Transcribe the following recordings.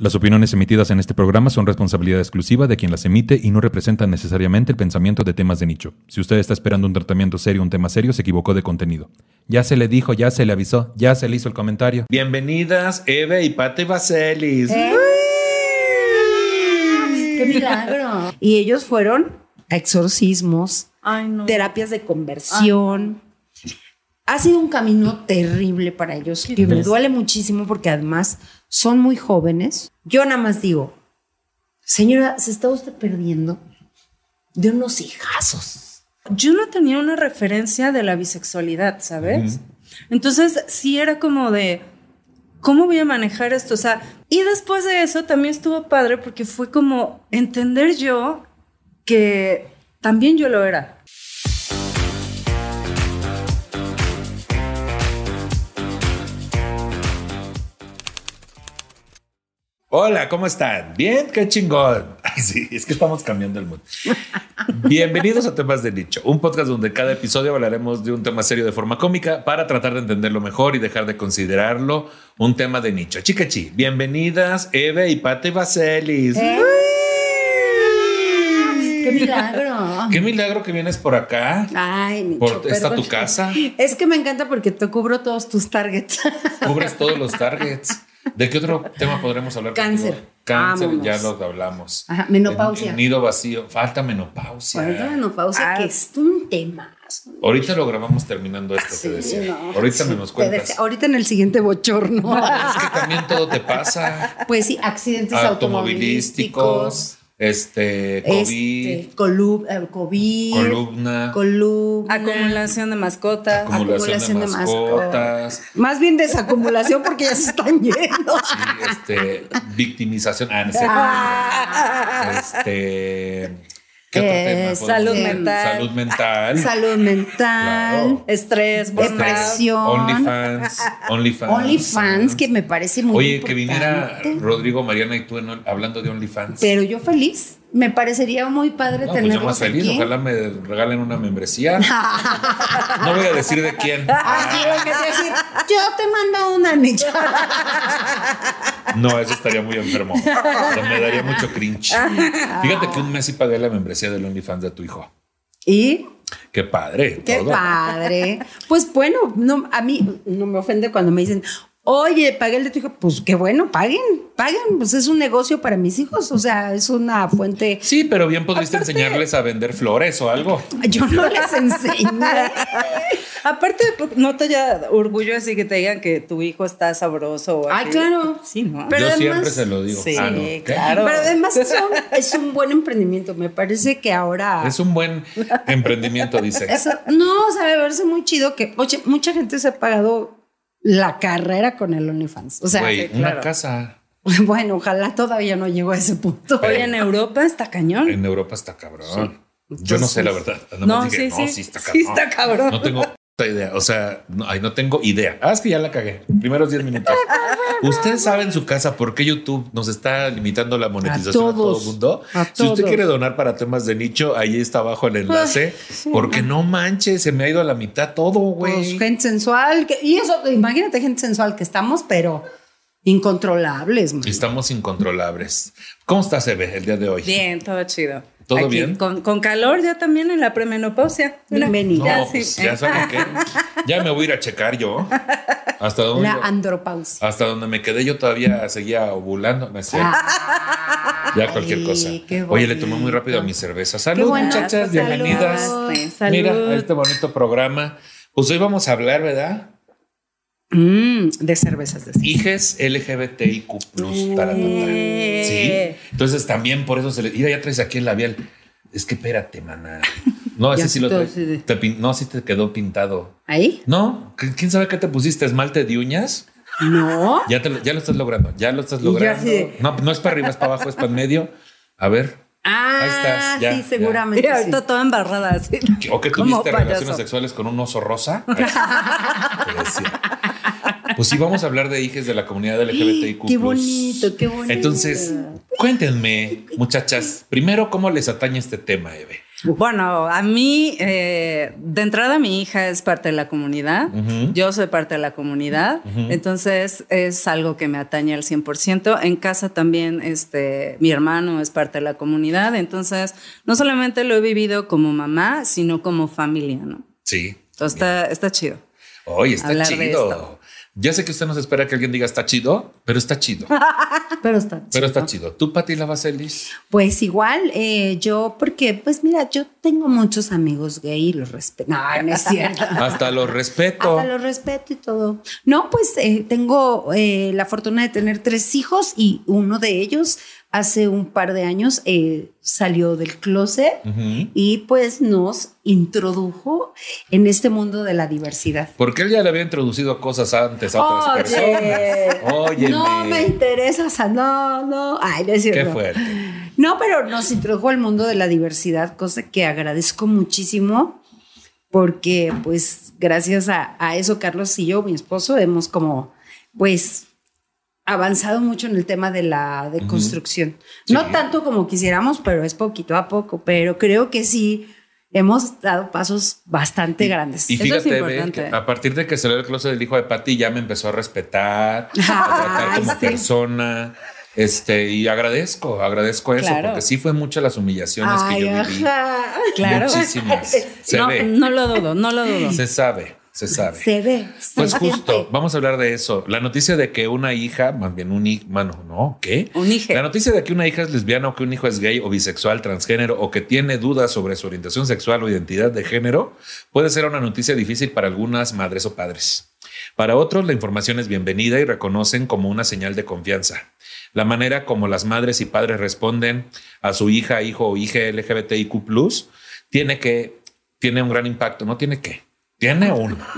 Las opiniones emitidas en este programa son responsabilidad exclusiva de quien las emite y no representan necesariamente el pensamiento de temas de nicho. Si usted está esperando un tratamiento serio, un tema serio, se equivocó de contenido. Ya se le dijo, ya se le avisó, ya se le hizo el comentario. Bienvenidas Eve y Pati Vaselis. ¡Qué milagro! Y ellos fueron a exorcismos, terapias de conversión. Ha sido un camino terrible para ellos y me duele muchísimo porque además son muy jóvenes. Yo nada más digo, señora, se está usted perdiendo de unos hijazos. Yo no tenía una referencia de la bisexualidad, ¿sabes? Entonces sí era como de, ¿cómo voy a manejar esto? O sea, y después de eso también estuvo padre porque fue como entender yo que también yo lo era. Hola, ¿cómo están? ¿Bien? ¡Qué chingón! Ay, sí, es que estamos cambiando el mundo. Bienvenidos a Temas de Nicho, un podcast donde cada episodio hablaremos de un tema serio de forma cómica para tratar de entenderlo mejor y dejar de considerarlo un tema de nicho. Chicachi, bienvenidas Eve y Pati Vaselis. ¡Qué milagro! ¡Qué milagro que vienes por acá! Ay, Nicho, por esta perdón. tu casa. Es que me encanta porque te cubro todos tus targets. Cubres todos los targets. ¿De qué otro tema podremos hablar? Cáncer. Contigo? Cáncer, Vámonos. ya lo hablamos. Ajá, menopausia. El nido vacío. Falta menopausia. Falta menopausia, que es un tema. Ahorita lo grabamos terminando esto, te decía. No, ahorita sí, me nos cuentas. ahorita en el siguiente bochorno. Es que también todo te pasa. Pues sí, accidentes automovilísticos. COVID. COVID. Columna. Acumulación de mascotas. Acumulación de mascotas. Más bien desacumulación porque ya se están yendo. Sí, victimización. ¿Qué otro tema? Salud mental. Salud mental. Salud mental. Claro. Estrés, Depresión. OnlyFans, que me parece muy Oye, importante. que viniera Rodrigo, Mariana y tú hablando de OnlyFans. Pero yo feliz. Me parecería muy padre No, pues tenerlos yo más feliz. aquí. Ojalá me regalen una membresía. No voy a decir de quién. Decir, yo te mando una nicha. No, eso estaría muy enfermo. Me daría mucho cringe. Fíjate que un mes sí pagué la membresía del OnlyFans de tu hijo. ¿Y? Qué padre. Qué todo. padre. Pues bueno, no, a mí no me ofende cuando me dicen, oye, pagué el de tu hijo. Pues qué bueno, paguen. Pues es un negocio para mis hijos. O sea, es una fuente. Sí, pero bien podrías enseñarles a vender flores o algo. Yo no les enseñé. Aparte, no te haya orgullo así que te digan que tu hijo está sabroso. O Ay, así. claro. Sí, ¿no? Pero Yo además, siempre se lo digo. Sí, ¿no? ¿Qué? claro. Pero además es un buen emprendimiento. Me parece que ahora. Es un buen emprendimiento, dice. No, sabe verse muy chido que, oye, mucha gente se ha pagado la carrera con el OnlyFans. O sea, Güey, que, una casa. bueno, ojalá todavía no llegó a ese punto. Oye, en Europa está cañón. En Europa está cabrón. Yo no sé la verdad. Nada No, más dije, sí está cabrón. Sí está cabrón. No tengo idea. O sea, no tengo idea. Es que ya la cagué. Primeros 10 minutos. ¿Ustedes saben en su casa por qué YouTube nos está limitando la monetización a todo el mundo? Si usted quiere donar para temas de nicho, ahí está abajo el enlace. Porque no manches, se me ha ido a la mitad todo, güey. Pues gente sensual. Y eso, imagínate gente sensual que estamos, pero incontrolables. Man. Estamos incontrolables. ¿Cómo estás, Eve, el día de hoy? Bien, todo chido. ¿Todo Aquí, bien? Con calor ya también en la premenopausia. Bienvenida. No, pues ya saben qué. Ya me voy a ir a checar yo. Hasta donde La andropausia. hasta donde me quedé yo todavía seguía ovulando. No es cierto. Ya cualquier cosa. Oye, le tomé muy rápido a mi cerveza. Salud, bueno. muchachas, Salud. bienvenidas. Salud. Mira, a este bonito programa. Pues hoy vamos a hablar, ¿verdad? De cervezas de Hijes LGBTIQ+, para total. Sí. Entonces también por eso se le... Mira, ya traes aquí el labial. Es que espérate, mana. No, ese Ya, sí lo traes. sí. No, sí te quedó pintado. ¿Ahí? No, ¿quién sabe qué te pusiste? ¿Esmalte de uñas? No. Ya lo estás logrando. Ya lo estás logrando. sí. No es para arriba, es para abajo, es para en medio. A ver. Ahí estás, ya, sí, seguramente. Y ahorita toda embarrada así. O que Como tuviste payaso. relaciones sexuales con un oso rosa. Te decía. Pues sí, vamos a hablar de hijes de la comunidad LGBTIQ+. Qué bonito, qué bonito. Entonces, cuéntenme, muchachas, primero, ¿cómo les atañe este tema, Eve? Bueno, a mí, de entrada, mi hija es parte de la comunidad. Yo soy parte de la comunidad. Entonces, es algo que me atañe al 100%. En casa también, mi hermano es parte de la comunidad. Entonces, no solamente lo he vivido como mamá, sino como familia, ¿no? Sí. Entonces, está chido. Oye, está chido. Ya sé que usted nos espera que alguien diga está chido, pero está chido. Pero está chido. ¿Tú, Pati Lavacelis? Pues igual, yo, porque, pues mira, yo tengo muchos amigos gay y los respeto. No es cierto. Hasta los respeto. Hasta los respeto y todo. No, pues tengo la fortuna de tener 3 hijos y uno de ellos hace un par de años salió del closet y pues nos introdujo en este mundo de la diversidad. Porque él ya le había introducido cosas antes a otras personas. Oye, no me interesa, o sea, no. Ay, no es cierto. Qué fuerte. No, pero nos introdujo al mundo de la diversidad, cosa que agradezco muchísimo porque pues gracias a eso Carlos y yo, mi esposo, hemos como pues avanzado mucho en el tema de la deconstrucción. Sí. No tanto como quisiéramos, pero es poquito a poco, pero creo que sí hemos dado pasos bastante grandes. Y fíjate, que a partir de que salió el closet del hijo de Pati, ya me empezó a respetar, a tratar como persona. Y agradezco eso, porque sí fue muchas las humillaciones que yo viví. Claro. Muchísimas. No lo dudo. Se sabe. Se ve. Pues justo, vamos a hablar de eso. La noticia de que una hija, más bien un hijo, ¿qué? Un hijo. La noticia de que una hija es lesbiana o que un hijo es gay o bisexual, transgénero o que tiene dudas sobre su orientación sexual o identidad de género puede ser una noticia difícil para algunas madres o padres. Para otros, la información es bienvenida y reconocen como una señal de confianza. La manera como las madres y padres responden a su hija, hijo o hija LGBTIQ+, tiene un gran impacto. No tiene qué. Tiene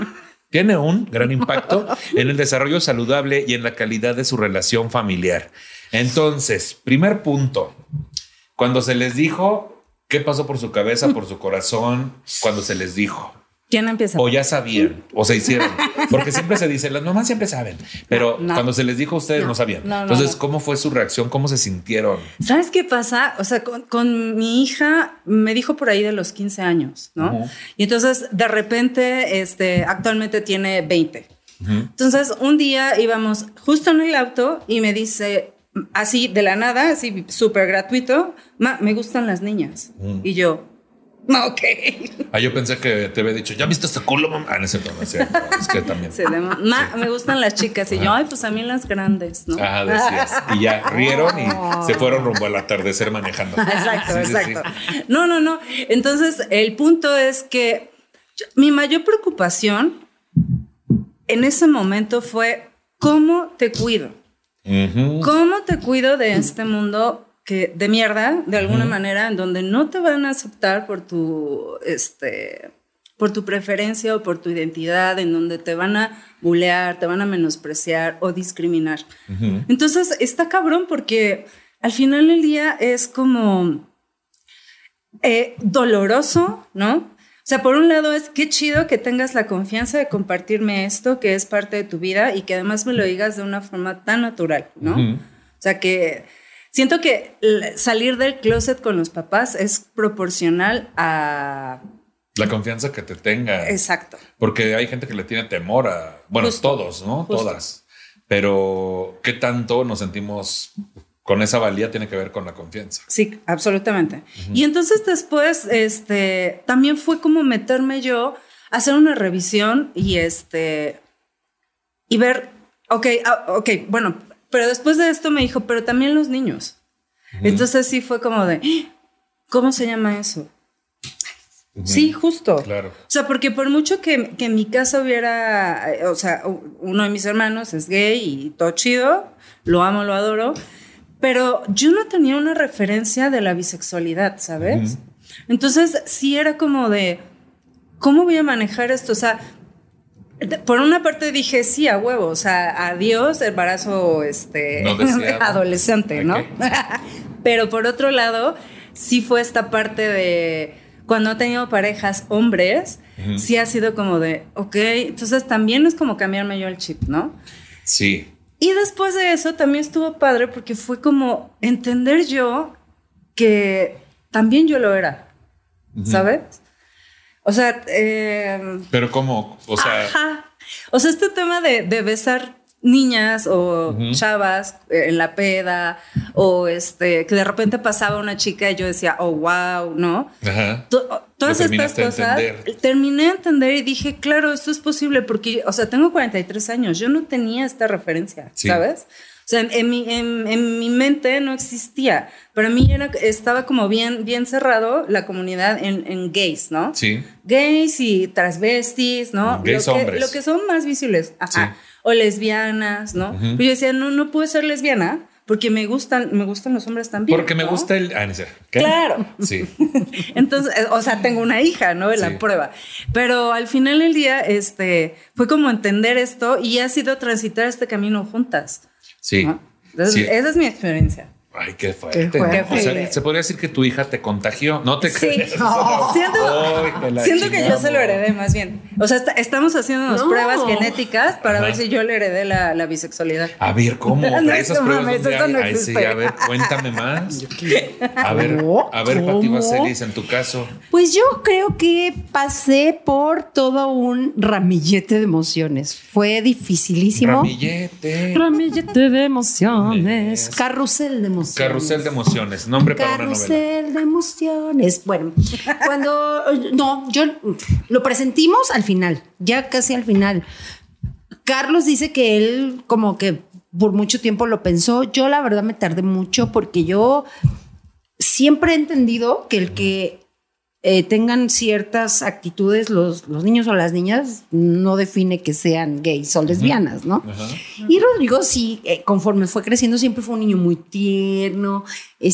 un gran impacto en el desarrollo saludable y en la calidad de su relación familiar. Entonces, primer punto, cuando se les dijo, ¿qué pasó por su cabeza, por su corazón, cuando se les dijo? ¿Quién empieza? O ya sabían, o se hicieron. Porque siempre se dice, las mamás siempre saben. Pero cuando se les dijo, ustedes no sabían. Entonces, ¿cómo fue su reacción? ¿Cómo se sintieron? ¿Sabes qué pasa? O sea, con mi hija me dijo por ahí de los 15 años, ¿no? Y entonces, de repente, actualmente tiene 20. Entonces, un día íbamos justo en el auto y me dice, así de la nada, así súper gratuito, me gustan las niñas. Y yo... Ok. Yo pensé que te había dicho, ¿ya viste este culo, mamá? No es cierto, es que también. Me gustan las chicas. Y yo, pues a mí las grandes, ¿no? Decías. Y ya rieron y se fueron rumbo al atardecer manejando. Exacto. Sí. No. Entonces, el punto es que mi mayor preocupación en ese momento fue ¿cómo te cuido? ¿Cómo te cuido de este mundo de mierda, de alguna manera, en donde no te van a aceptar por tu preferencia o por tu identidad, en donde te van a bulear, te van a menospreciar o discriminar? Entonces, está cabrón porque al final del día es como doloroso, ¿no? O sea, por un lado es qué chido que tengas la confianza de compartirme esto, que es parte de tu vida y que además me lo digas de una forma tan natural, ¿no? O sea, que... Siento que salir del closet con los papás es proporcional a... La confianza que te tengan. Exacto. Porque hay gente que le tiene temor a... Bueno, justo, todos, ¿no? Justo. Todas. Pero ¿qué tanto nos sentimos con esa valía? Tiene que ver con la confianza. Sí, absolutamente. Y entonces después también fue como meterme yo a hacer una revisión y ver, ok, bueno... Pero después de esto me dijo, pero también los niños. Entonces sí fue como de, ¿cómo se llama eso? Sí, justo. Claro. O sea, porque por mucho que en mi casa hubiera, o sea, uno de mis hermanos es gay y todo chido, lo amo, lo adoro, pero yo no tenía una referencia de la bisexualidad, ¿sabes? Entonces sí era como de, ¿cómo voy a manejar esto? O sea, por una parte dije, sí, a huevo, o sea, adiós embarazo no adolescente, ¿no? Pero por otro lado, sí fue esta parte de cuando he tenido parejas hombres, sí ha sido como de, ok, entonces también es como cambiarme yo el chip, ¿no? Sí. Y después de eso también estuvo padre porque fue como entender yo que también yo lo era. ¿sabes? O sea... ¿Pero cómo? O sea... Ajá. O sea, este tema de besar niñas o chavas en la peda o que de repente pasaba una chica y yo decía, oh, wow, ¿no? Ajá. Todas estas cosas terminé de entender y dije, claro, esto es posible porque, o sea, tengo 43 años, yo no tenía esta referencia, ¿sabes? O sea, en mi mente no existía. Para mí estaba como bien cerrado la comunidad en gays, ¿no? Sí. Gays y transvestis, ¿no? Gays hombres. Lo que son más visibles. Ajá. Sí. O lesbianas, ¿no? Pero yo decía, no puedo ser lesbiana porque me gustan los hombres también. Porque me gusta el... ¿qué? Claro. Sí. Entonces, o sea, tengo una hija, ¿no? En la prueba. Pero al final del día, fue como entender esto y ha sido transitar este camino juntas. Sí. ¿No? Entonces, esa es mi experiencia. Ay, qué fuerte. O sea, se podría decir que tu hija te contagió. No te crees. Siento que yo se lo heredé más bien. O sea, estamos haciendo pruebas genéticas para ver si yo le heredé la bisexualidad. A ver, ¿cómo? Esas pruebas no existe. Sí, a ver, cuéntame más. A ver, Pati Vaselis, en tu caso. Pues yo creo que pasé por todo un ramillete de emociones. Fue dificilísimo. Ramillete de emociones. Carrusel de emociones. Carrusel de emociones, nombre para una novela. Carrusel de emociones. Bueno, yo lo presentimos al final, ya casi al final. Carlos dice que él como que por mucho tiempo lo pensó. Yo la verdad me tardé mucho porque yo siempre he entendido que el que tengan ciertas actitudes los niños o las niñas no define que sean gays o lesbianas, ¿no? Y Rodrigo sí, conforme fue creciendo siempre fue un niño muy tierno,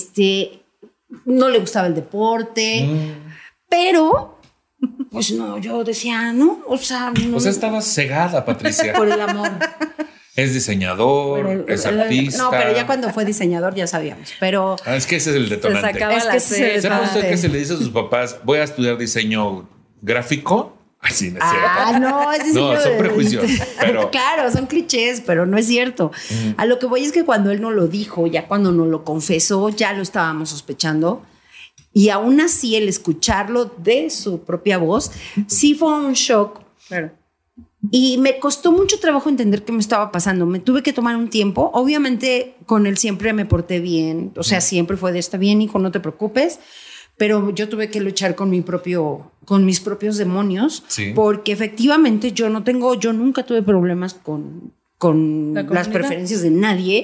no le gustaba el deporte, pero pues no, yo decía, no, o sea... No, o sea, estabas cegada, Patricia. Por el amor. Es diseñador, es artista. No, pero ya cuando fue diseñador ya sabíamos. Pero es que ese es el detonante. ¿Sepa usted que se le dice a sus papás, voy a estudiar diseño gráfico? Ay, sí, no es cierto. No, es no, son prejuicios. Pero... Claro, son clichés, pero no es cierto. A lo que voy es que cuando él no lo dijo, ya cuando nos lo confesó, ya lo estábamos sospechando. Y aún así, el escucharlo de su propia voz, sí fue un shock. Claro. Y me costó mucho trabajo entender qué me estaba pasando. Me tuve que tomar un tiempo. Obviamente con él siempre me porté bien. O sea, siempre fue de está bien, hijo, no te preocupes. Pero yo tuve que luchar con mis propios demonios. Sí. Porque efectivamente yo nunca tuve problemas con las preferencias de nadie.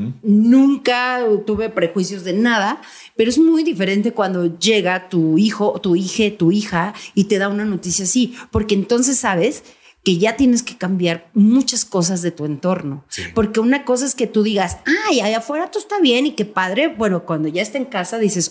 Nunca tuve prejuicios de nada. Pero es muy diferente cuando llega tu hijo, tu hija y te da una noticia así. Porque entonces sabes que ya tienes que cambiar muchas cosas de tu entorno. Sí. Porque una cosa es que tú digas, ay, allá afuera tú está bien y qué padre. Bueno, cuando ya está en casa dices,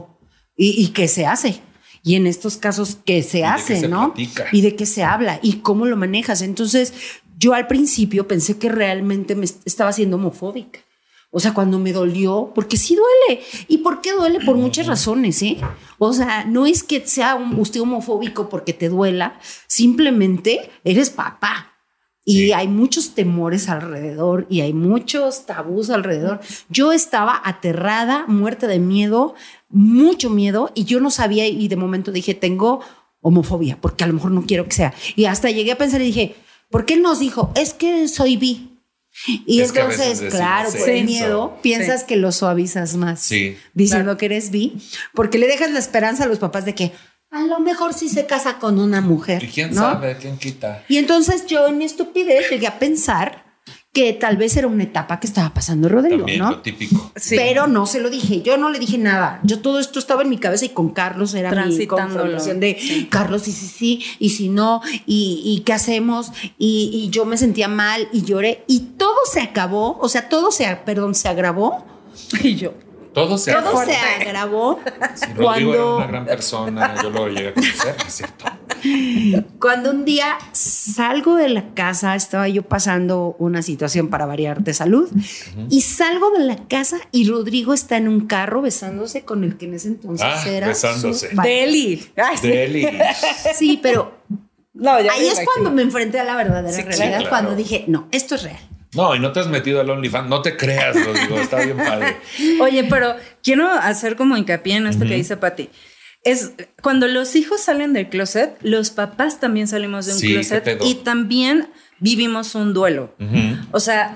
¿y qué se hace? Y en estos casos, ¿qué se hace, no? Y de qué se habla y cómo lo manejas. Entonces, yo al principio pensé que realmente me estaba siendo homofóbica. O sea, cuando me dolió, porque sí duele. ¿Y por qué duele? Por muchas razones, ¿eh? O sea, no es que sea usted homofóbico porque te duela, simplemente eres papá. Y hay muchos temores alrededor y hay muchos tabús alrededor. Yo estaba aterrada, muerta de miedo, mucho miedo, y yo no sabía, y de momento dije, tengo homofobia, porque a lo mejor no quiero que sea. Y hasta llegué a pensar y dije, ¿por qué él nos dijo? Es que soy bi. Y es entonces, claro, por el miedo, piensas que lo suavizas más diciendo que eres bi, porque le dejas la esperanza a los papás de que a lo mejor sí se casa con una mujer. ¿Y quién sabe? ¿Quién quita? Y entonces yo en mi estupidez llegué a pensar que tal vez era una etapa que estaba pasando Rodrigo, también, ¿no? Lo típico. Sí. Pero no se lo dije, yo no le dije nada. Yo todo esto estaba en mi cabeza y con Carlos era mi confrontación de Carlos, y sí, y si no, y qué hacemos, y yo me sentía mal y lloré y todo se acabó, o sea, se agravó y yo. Todo se agravó si Rodrigo era una gran persona, yo lo llegué a conocer, es cierto. Cuando un día salgo de la casa, estaba yo pasando una situación para variar de salud, y salgo de la casa y Rodrigo está en un carro besándose con el que en ese entonces era besándose. Deli. Deli. Sí, pero no, ahí es cuando me enfrenté a la verdadera realidad, claro. cuando dije, no, esto es real. No, y no te has metido al OnlyFans, no te creas, Rodrigo, está bien padre. Oye, pero quiero hacer como hincapié en esto que dice Pati. es cuando los hijos salen del closet, los papás también salimos de un closet y también vivimos un duelo. O sea,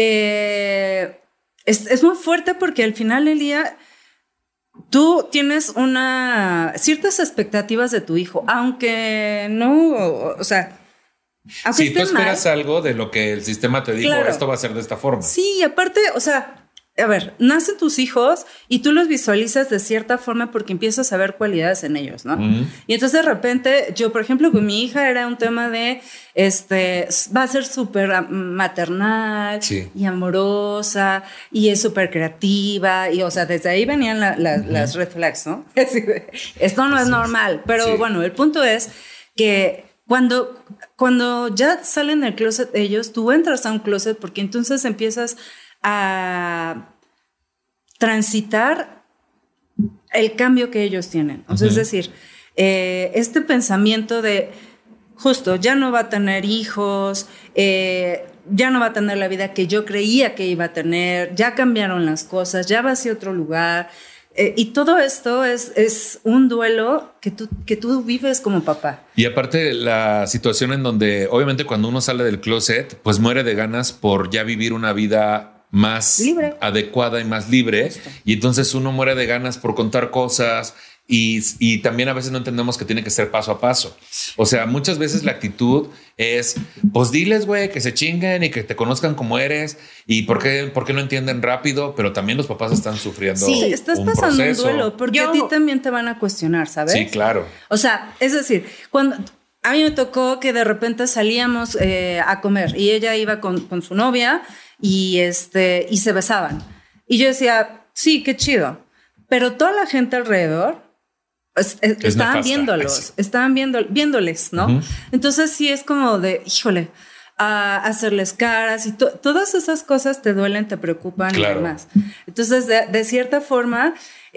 es muy fuerte porque al final del día tú tienes ciertas expectativas de tu hijo, aunque no, o sea, aunque tú esperas algo de lo que el sistema te dijo, claro, esto va a ser de esta forma. Sí, aparte, o sea, a ver, nacen tus hijos y tú los visualizas de cierta forma porque empiezas a ver cualidades en ellos, ¿no? Y entonces de repente, yo, por ejemplo, con mi hija era un tema de, va a ser súper maternal y amorosa y es súper creativa y, o sea, desde ahí venían las red flags, ¿no? Esto no es normal, pero bueno, el punto es que cuando ya salen del closet ellos, tú entras a un closet porque entonces empiezas a transitar el cambio que ellos tienen. O sea, es decir, este pensamiento de justo, ya no va a tener hijos, ya no va a tener la vida que yo creía que iba a tener, ya cambiaron las cosas, ya va hacia otro lugar. Y todo esto es un duelo que tú vives como papá. Y aparte la situación en donde obviamente cuando uno sale del closet, pues muere de ganas por ya vivir una vida más libre, adecuada y más libre. Justo. Y entonces uno muere de ganas por contar cosas y también a veces no entendemos que tiene que ser paso a paso. O sea, muchas veces la actitud es, pues diles, güey, que se chinguen y que te conozcan como eres y por qué no entienden rápido, pero también los papás están sufriendo. Sí, estás pasando un duelo porque a ti también te van a cuestionar, ¿sabes? Sí, claro. O sea, es decir, cuando a mí me tocó que de repente salíamos a comer y ella iba con su novia y se besaban. Y yo decía, sí, qué chido. Pero toda la gente alrededor estaban viéndoles, ¿no? Entonces sí es como de, híjole, hacerles caras y todas esas cosas te duelen, te preocupan y demás. Entonces, de cierta forma,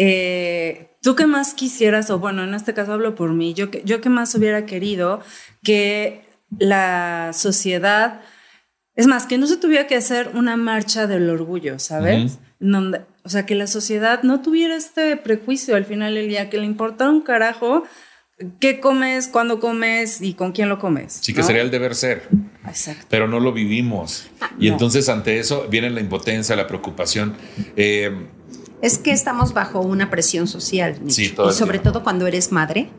tú qué más quisieras, o bueno, en este caso hablo por mí, yo qué más hubiera querido que la sociedad, es más, que no se tuviera que hacer una marcha del orgullo, ¿sabes? Donde, o sea, que la sociedad no tuviera este prejuicio al final del día, que le importara un carajo qué comes, cuándo comes y con quién lo comes. Sí, que sería el deber ser. Exacto. Pero no lo vivimos. Y entonces ante eso viene la impotencia, la preocupación. Es que estamos bajo una presión social, Nicho. Sí, todo y sobre todo cuando eres madre,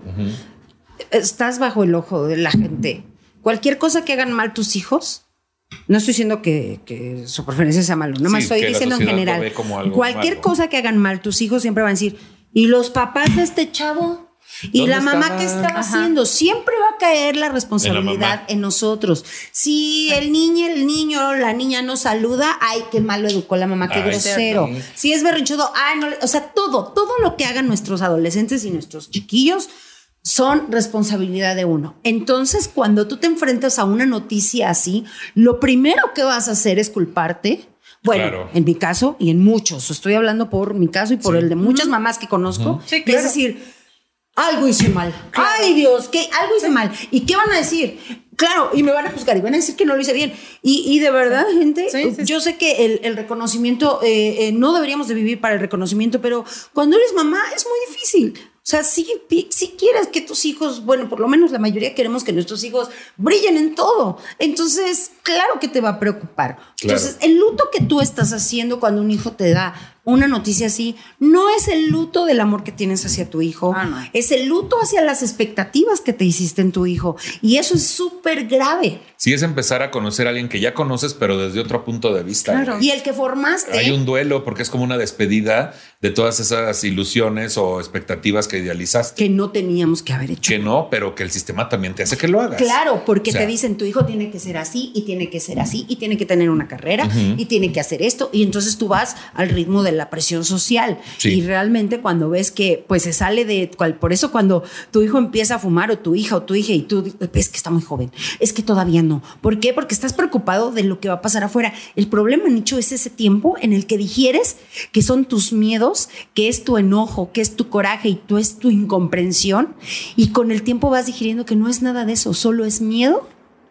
estás bajo el ojo de la gente. Cualquier cosa que hagan mal tus hijos, no estoy diciendo que su preferencia sea malo, no me estoy diciendo en general. Cualquier cosa que hagan mal tus hijos siempre van a decir, ¿y los papás de este chavo? ¿Y la mamá qué estaba haciendo? Siempre va a caer la responsabilidad en nosotros. Si el niño, la niña no saluda, ay, qué mal lo educó la mamá, qué grosero. Si es berrinchudo, ay, no. O sea, todo lo que hagan nuestros adolescentes y nuestros chiquillos son responsabilidad de uno. Entonces, cuando tú te enfrentas a una noticia así, lo primero que vas a hacer es culparte. Bueno, en mi caso y en muchos. Estoy hablando por mi caso y por el de muchas mamás que conozco. Sí, claro. Es decir, algo hice mal. Claro. Ay, Dios, que algo hice mal. ¿Y qué van a decir? Claro, y me van a juzgar y van a decir que no lo hice bien. Y de verdad, gente, yo sé que el reconocimiento, no deberíamos de vivir para el reconocimiento, pero cuando eres mamá es muy difícil. O sea, si quieres que tus hijos, bueno, por lo menos la mayoría queremos que nuestros hijos brillen en todo. Entonces, claro que te va a preocupar. Entonces, el luto que tú estás haciendo cuando un hijo te da una noticia así, no es el luto del amor que tienes hacia tu hijo, es el luto hacia las expectativas que te hiciste en tu hijo. Y eso es súper grave. Sí, es empezar a conocer a alguien que ya conoces, pero desde otro punto de vista. Claro. Y el que formaste. Hay un duelo porque es como una despedida de todas esas ilusiones o expectativas que idealizaste. Que no teníamos que haber hecho. Que no, pero que el sistema también te hace que lo hagas. Claro, porque te dicen tu hijo tiene que ser así y tiene que ser así y tiene que tener una carrera y tiene que hacer esto. Y entonces tú vas al ritmo de la presión social. Y realmente cuando ves que pues se sale de... Por eso cuando tu hijo empieza a fumar o tu hija y tú ves que está muy joven, es que todavía no. ¿Por qué? Porque estás preocupado de lo que va a pasar afuera. El problema, Nicho, es ese tiempo en el que digieres que son tus miedos, que es tu enojo, que es tu coraje y es tu incomprensión. Y con el tiempo vas digiriendo que no es nada de eso, solo es miedo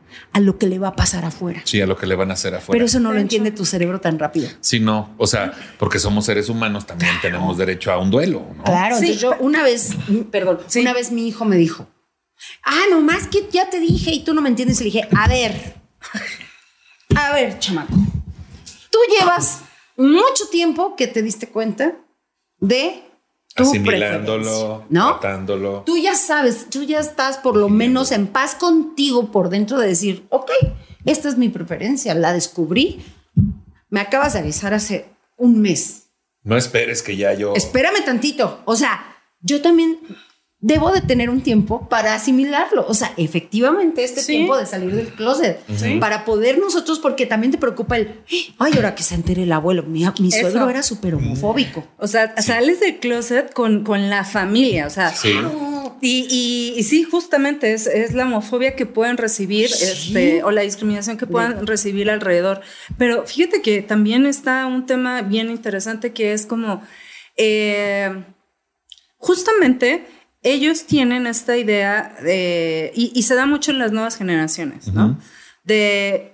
a lo que le va a pasar afuera. Sí, a lo que le van a hacer afuera. Pero eso no lo entiende tu cerebro tan rápido. Sí, no. O sea, porque somos seres humanos, también tenemos derecho a un duelo, ¿no? Claro. Sí. Entonces yo una vez mi hijo me dijo, nomás que ya te dije y tú no me entiendes. Y le dije, a ver, chamaco, tú llevas mucho tiempo que te diste cuenta de tu asimilándolo, ¿no? tratándolo. Tú ya sabes, tú ya estás por lo menos en paz contigo por dentro de decir, ok, esta es mi preferencia, la descubrí. Me acabas de avisar hace un mes. No esperes que ya yo... Espérame tantito. O sea, yo también debo de tener un tiempo para asimilarlo. O sea, efectivamente tiempo de salir del closet. ¿Sí? Para poder nosotros, porque también te preocupa ahora que se entere el abuelo. Mi suegro era súper homofóbico. O sea, sales del closet con la familia. O sea, sí. Y sí, justamente es la homofobia que pueden recibir, o la discriminación que puedan recibir alrededor. Pero fíjate que también está un tema bien interesante que es como justamente ellos tienen esta idea y se da mucho en las nuevas generaciones, ¿no? De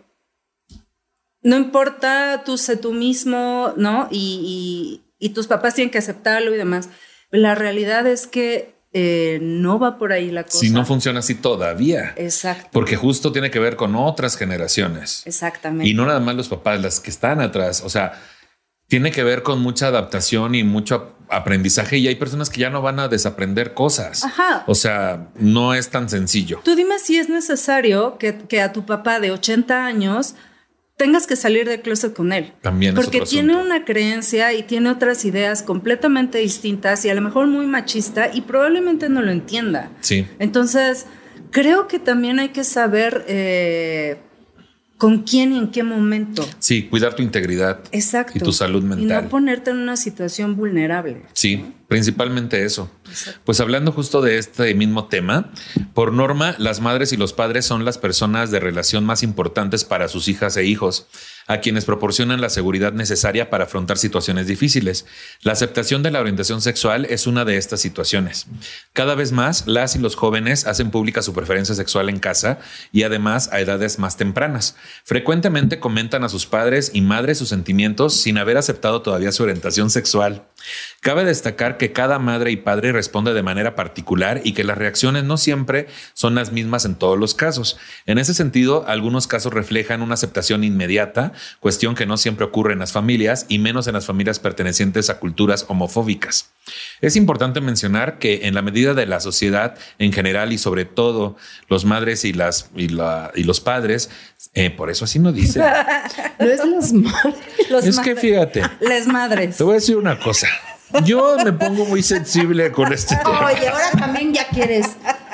no importa, tú sé tú mismo, ¿no? Y tus papás tienen que aceptarlo y demás. La realidad es que no va por ahí la cosa. Si no funciona así todavía. Exacto. Porque justo tiene que ver con otras generaciones. Exactamente. Y no nada más los papás, las que están atrás. O sea, tiene que ver con mucha adaptación y mucho aprendizaje, y hay personas que ya no van a desaprender cosas. Ajá. O sea, no es tan sencillo. Tú dime si es necesario que a tu papá de 80 años tengas que salir del closet con él. También porque es otro tiene asunto. una creencia y tiene otras ideas completamente distintas y a lo mejor muy machista y probablemente no lo entienda. Sí. Entonces, creo que también hay que saber con quién y en qué momento. Sí, cuidar tu integridad. Exacto. Y tu salud mental. Y no ponerte en una situación vulnerable. Sí, principalmente eso. Exacto. Pues hablando justo de este mismo tema, por norma, las madres y los padres son las personas de relación más importantes para sus hijas e hijos, a quienes proporcionan la seguridad necesaria para afrontar situaciones difíciles. La aceptación de la orientación sexual es una de estas situaciones. Cada vez más, las y los jóvenes hacen pública su preferencia sexual en casa y además a edades más tempranas. Frecuentemente comentan a sus padres y madres sus sentimientos sin haber aceptado todavía su orientación sexual. Cabe destacar que cada madre y padre responde de manera particular y que las reacciones no siempre son las mismas en todos los casos. En ese sentido, algunos casos reflejan una aceptación inmediata, cuestión que no siempre ocurre en las familias y menos en las familias pertenecientes a culturas homofóbicas. Es importante mencionar que en la medida de la sociedad en general y sobre todo los madres y los padres, por eso así no dice. No es los madres. Es que fíjate. Las madres. Te voy a decir una cosa. Yo me pongo muy sensible con este tema. Oye, ahora también ya quieres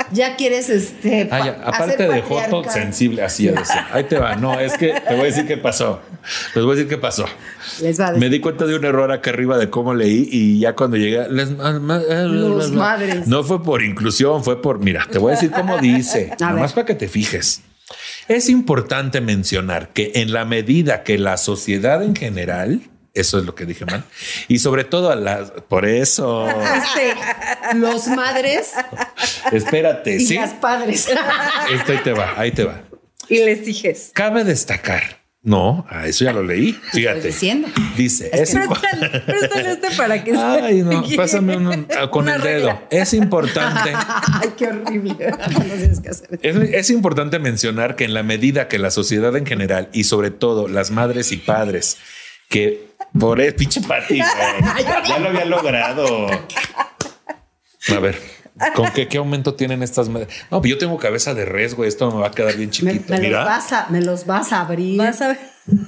aparte de joto sensible, así es. Ahí te va. No, es que te voy a decir qué pasó. Les voy a decir qué pasó. Me di cuenta de un error acá arriba de cómo leí y ya cuando llegué los madres. No fue por inclusión, fue por, mira, te voy a decir cómo dice, nada más para que te fijes. Es importante mencionar que en la medida que la sociedad en general, eso es lo que dije mal, y sobre todo por eso los madres, espérate, y ¿sí? las padres. Ahí te va. Y les dijes. Cabe destacar. No, eso ya lo leí. Fíjate. Dice, préstale para que ay, no, pásame con el dedo. Regla. Es importante. Ay, qué horrible. Es importante mencionar que en la medida que la sociedad en general y sobre todo las madres y padres que por el pinche Pati, ya lo había logrado. A ver, ¿con qué aumento tienen estas madres? No, yo tengo cabeza de res, güey. Esto me va a quedar bien chiquito. Me los vas a abrir. Vas a ver.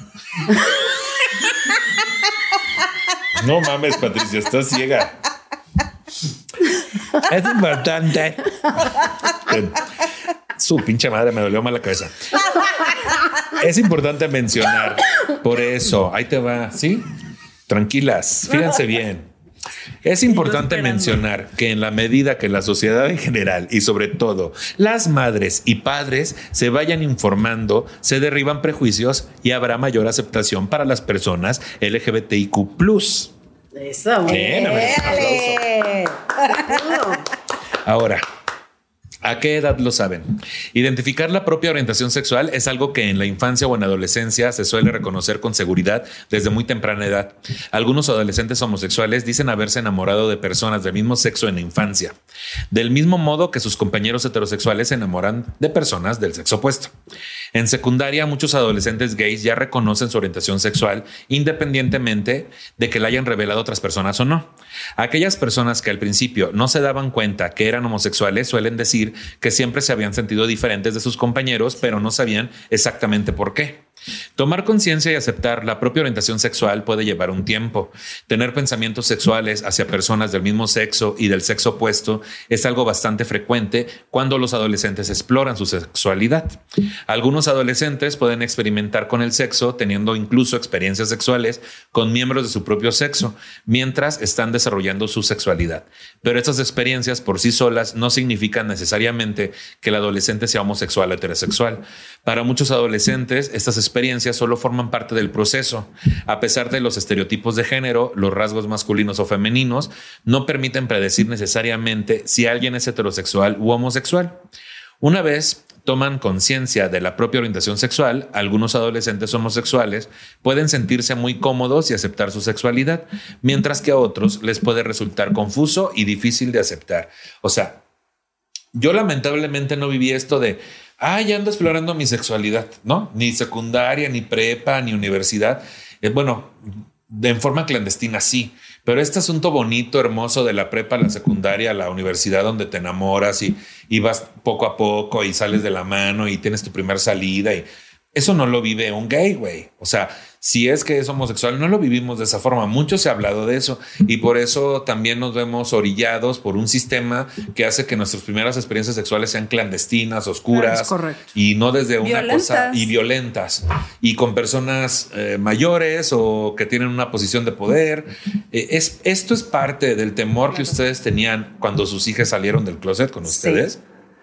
No mames, Patricia, estás ciega. Es importante. Su pinche madre, me dolió mal la cabeza. Es importante mencionar, por eso, ahí te va, ¿sí? Tranquilas, fíjense bien. Es importante mencionar que en la medida que la sociedad en general y sobre todo las madres y padres se vayan informando, se derriban prejuicios y habrá mayor aceptación para las personas LGBTIQ+. Eso, bien. Ahora, ¿A qué edad lo saben? Identificar la propia orientación sexual es algo que en la infancia o en adolescencia se suele reconocer con seguridad desde muy temprana edad. Algunos adolescentes homosexuales dicen haberse enamorado de personas del mismo sexo en la infancia, del mismo modo que sus compañeros heterosexuales se enamoran de personas del sexo opuesto. En secundaria, muchos adolescentes gays ya reconocen su orientación sexual independientemente de que la hayan revelado otras personas o no. Aquellas personas que al principio no se daban cuenta que eran homosexuales suelen decir que siempre se habían sentido diferentes de sus compañeros, pero no sabían exactamente por qué. Tomar conciencia y aceptar la propia orientación sexual puede llevar un tiempo. Tener pensamientos sexuales hacia personas del mismo sexo y del sexo opuesto es algo bastante frecuente cuando los adolescentes exploran su sexualidad. Algunos adolescentes pueden experimentar con el sexo teniendo incluso experiencias sexuales con miembros de su propio sexo mientras están desarrollando su sexualidad. Pero estas experiencias por sí solas no significan necesariamente que el adolescente sea homosexual o heterosexual. Para muchos adolescentes, estas experiencias solo forman parte del proceso. A pesar de los estereotipos de género, los rasgos masculinos o femeninos no permiten predecir necesariamente si alguien es heterosexual u homosexual. Una vez toman conciencia de la propia orientación sexual, algunos adolescentes homosexuales pueden sentirse muy cómodos y aceptar su sexualidad, mientras que a otros les puede resultar confuso y difícil de aceptar. O sea, yo lamentablemente no viví esto de ya ando explorando mi sexualidad, ¿no? Ni secundaria, ni prepa, ni universidad. Bueno, en forma clandestina sí, pero este asunto bonito, hermoso de la prepa, la secundaria, la universidad, donde te enamoras y vas poco a poco y sales de la mano y tienes tu primer salida y eso no lo vive un gay, güey. O sea, si es que es homosexual, no lo vivimos de esa forma. Mucho se ha hablado de eso y por eso también nos vemos orillados por un sistema que hace que nuestras primeras experiencias sexuales sean clandestinas, oscuras y no desde una cosa y violentas y con personas mayores o que tienen una posición de poder. Esto es parte del temor que ustedes tenían cuando sus hijas salieron del closet con ustedes.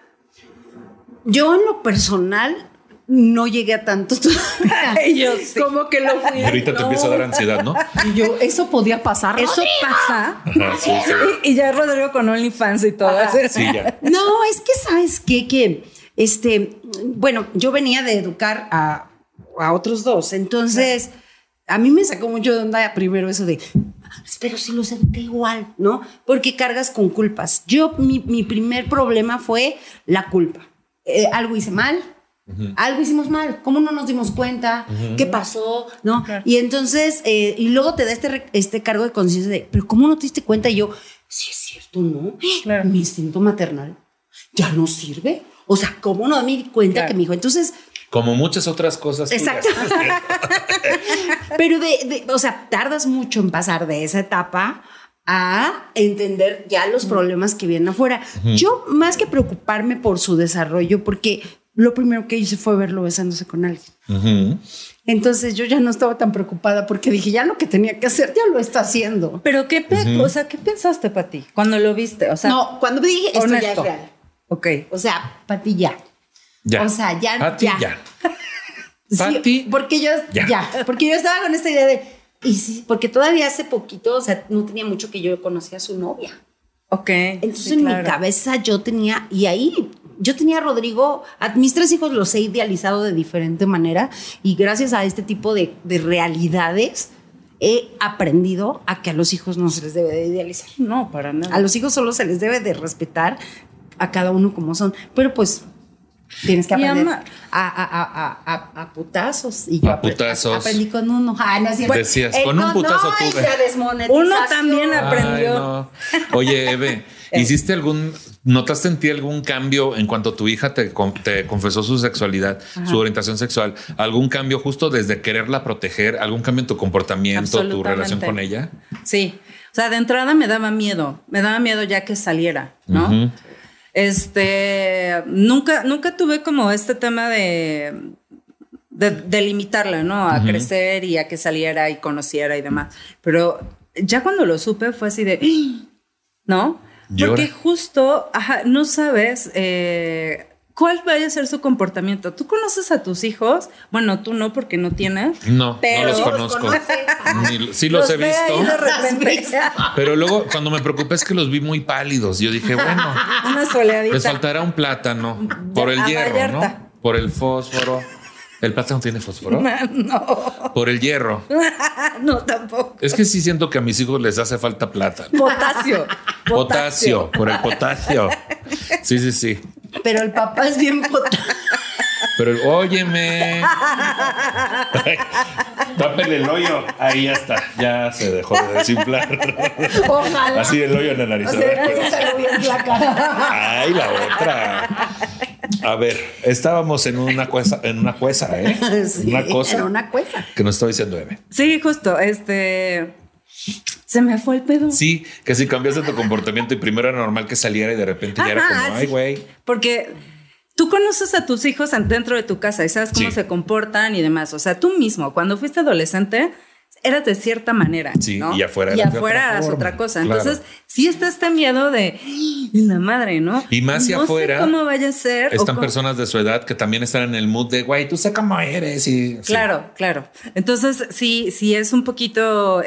Yo en lo personal no llegué a tanto yo sí. Como que lo fui. Y ahorita te empieza a dar ansiedad, ¿no? Y yo, eso podía pasar. Eso pasa. Ajá, sí. Y ya Rodrigo con OnlyFans y todo. Sí, ya. No, es que ¿sabes qué? Que bueno, yo venía de educar a otros dos. Entonces, a mí me sacó mucho de onda primero eso de, pero si los eduqué igual, ¿no? Porque cargas con culpas. Mi primer problema fue la culpa. Algo hice mal. Algo hicimos mal, ¿cómo no nos dimos cuenta? ¿Qué pasó? ¿No? Claro. Y entonces, y luego te da este cargo de conciencia de, pero ¿cómo no te diste cuenta? Y yo, sí es cierto, ¿no? Claro. Mi instinto maternal ya no sirve. O sea, ¿cómo no me di cuenta que mi hijo? Entonces, como muchas otras cosas. Exacto. Pero o sea, tardas mucho en pasar de esa etapa a entender ya los problemas que vienen afuera. Yo, más que preocuparme por su desarrollo, porque lo primero que hice fue verlo besándose con alguien. Entonces yo ya no estaba tan preocupada porque dije, ya lo que tenía que hacer ya lo está haciendo. Pero ¿qué pensaste, Pati, cuando lo viste? O sea, no, cuando dije, esto ya es real. Ok. O sea, Pati, ya. O sea, ya. Pati, ya. Sí, porque yo estaba con esta idea de, y sí, porque todavía hace poquito, o sea, no tenía mucho que yo conocía a su novia. Ok. Entonces sí, en mi cabeza yo tenía, y ahí yo tenía a Rodrigo, a mis 3 hijos los he idealizado de diferente manera y gracias a este tipo de realidades he aprendido a que a los hijos no se les debe de idealizar. No, para nada. A los hijos solo se les debe de respetar a cada uno como son, pero pues tienes que aprender a putazos. Y yo aprendí con uno. No es cierto. Decías, con un putazo tuve. Uno también aprendió. No. Oye, Eve, ¿notaste en ti algún cambio en cuanto tu hija te confesó su sexualidad, su orientación sexual? ¿Algún cambio justo desde quererla proteger? ¿Algún cambio en tu comportamiento, tu relación con ella? Sí. O sea, de entrada me daba miedo ya que saliera, ¿no? Nunca tuve como este tema de limitarla, ¿no? A crecer y a que saliera y conociera y demás. Pero ya cuando lo supe fue así de, ¿no? Porque justo, no sabes cuál vaya a ser su comportamiento. ¿Tú conoces a tus hijos? Bueno, tú no, porque no tienes. No, pero no los conozco. Sí los he visto. De repente. Pero luego, cuando me preocupé, es que los vi muy pálidos. Yo dije, bueno, una soleadita. les faltará un plátano por el hierro, Vallarta, ¿no? Por el fósforo. ¿El plátano tiene fósforo? No. Por el hierro. No, tampoco. Es que sí siento que a mis hijos les hace falta plátano. Potasio, por el potasio. Sí. Pero el papá es bien potasio. Pero óyeme. Tápele el hoyo. Ahí ya está. Ya se dejó de desinflar. Ojalá. Así el hoyo en la nariz. O sea, la cara. Ay, la otra. A ver, estábamos en una cuesa, ¿eh? Sí, una cosa. Era una cuesa. Que nos está diciendo Eve. Sí, justo. Se me fue el pedo. Sí, que si cambiaste tu comportamiento y primero era normal que saliera y de repente ya era como, ay, güey. Sí. Porque tú conoces a tus hijos dentro de tu casa y sabes cómo se comportan y demás. O sea, tú mismo, cuando fuiste adolescente, eras de cierta manera. Sí, ¿no? y afuera eras otra cosa. Claro. Entonces, sí está este miedo de la madre, ¿no? Y más si afuera. No sé cómo vaya a ser. Están personas de su edad que también están en el mood de, güey, tú sé cómo eres. Y, claro. Entonces, sí es un poquito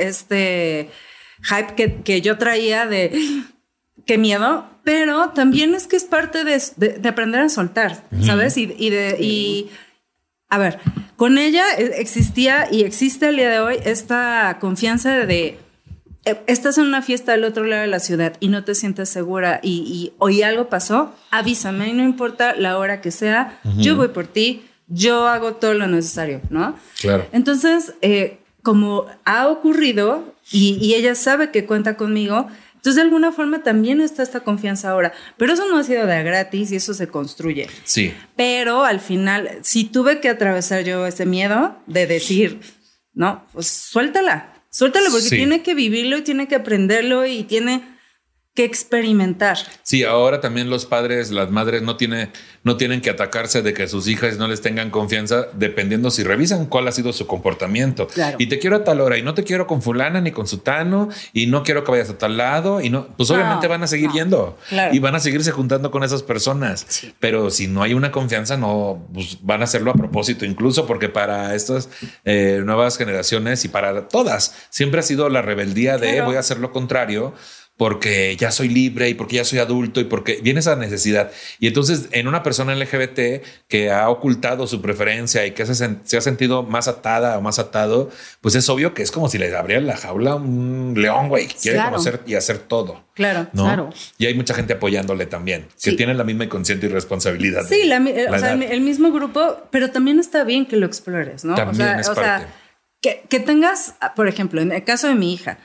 hype que yo traía de qué miedo, pero también es que es parte de aprender a soltar, ¿sabes? Y a ver, con ella existía y existe al día de hoy esta confianza de estás en una fiesta del otro lado de la ciudad y no te sientes segura y hoy algo pasó, avísame, y no importa la hora que sea, yo voy por ti, yo hago todo lo necesario, ¿no? Claro. Entonces, como ha ocurrido y ella sabe que cuenta conmigo, entonces de alguna forma también está esta confianza ahora, pero eso no ha sido de gratis y eso se construye. Sí. Pero al final, sí tuve que atravesar yo ese miedo de decir, no, pues suéltala porque tiene que vivirlo y tiene que aprenderlo y tiene que experimentar. Sí, ahora también los padres, las madres no tienen que atacarse de que sus hijas no les tengan confianza, dependiendo si revisan cuál ha sido su comportamiento. Claro. Y te quiero a tal hora y no te quiero con fulana ni con sutano y no quiero que vayas a tal lado y no, pues obviamente van a seguir yendo y van a seguirse juntando con esas personas. Sí. Pero si no hay una confianza, no, pues van a hacerlo a propósito, incluso porque para estas nuevas generaciones y para todas siempre ha sido la rebeldía de voy a hacer lo contrario, porque ya soy libre y porque ya soy adulto y porque viene esa necesidad. Y entonces en una persona LGBT que ha ocultado su preferencia y que se ha sentido más atada o más atado, pues es obvio que es como si le abrieran la jaula a un león, güey, que quiere conocer y hacer todo. Claro, ¿no? claro. Y hay mucha gente apoyándole también, que tienen la misma inconsciente y responsabilidad. Sí, o sea, el mismo grupo, pero también está bien que lo explores, ¿no? También es parte. Que tengas, por ejemplo, en el caso de mi hija,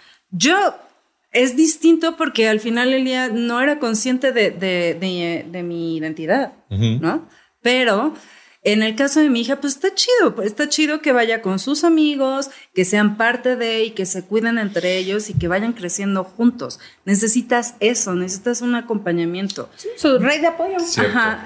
es distinto porque al final el día no era consciente de mi identidad, ¿no? Pero en el caso de mi hija, pues está chido que vaya con sus amigos, que sean parte de y que se cuiden entre ellos y que vayan creciendo juntos. Necesitas eso, necesitas un acompañamiento. Sí, su red de apoyo. Ajá.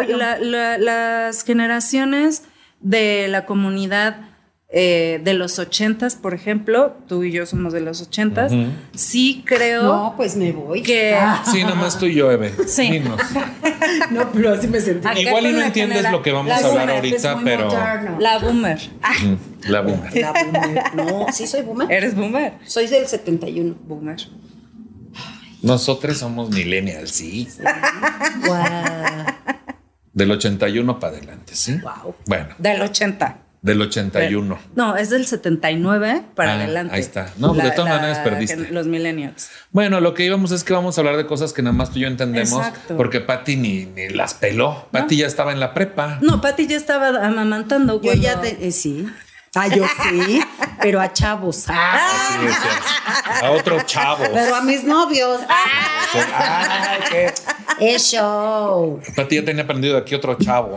Las generaciones de la comunidad de los 80s, por ejemplo, tú y yo somos de los 80s, sí creo. No, pues me voy. Sí, nomás tú y yo, Eve. Sí. No, pero así me sentí. Igual y no entiendes lo que vamos a hablar ahorita, pero. La boomer. La boomer. La boomer. No, sí soy boomer. ¿Eres boomer? Soy del 71. Boomer. Nosotros somos millennials, sí. Wow. Del 81 para adelante, ¿sí? Wow. Bueno. Del 80. Del 81. No, es del 79 para adelante. Ahí está. No, de todas maneras perdiste. Los millennials. Bueno, lo que íbamos es que vamos a hablar de cosas que nada más tú y yo entendemos. Exacto. Porque Pati ni las peló. Pati ya estaba en la prepa. No, Pati ya estaba amamantando. Yo ya sí. Yo sí, pero a chavos. Sí, a otro chavo. Pero a mis novios. ¿Qué? Es show. Pati ya tenía aprendido de aquí otro chavo.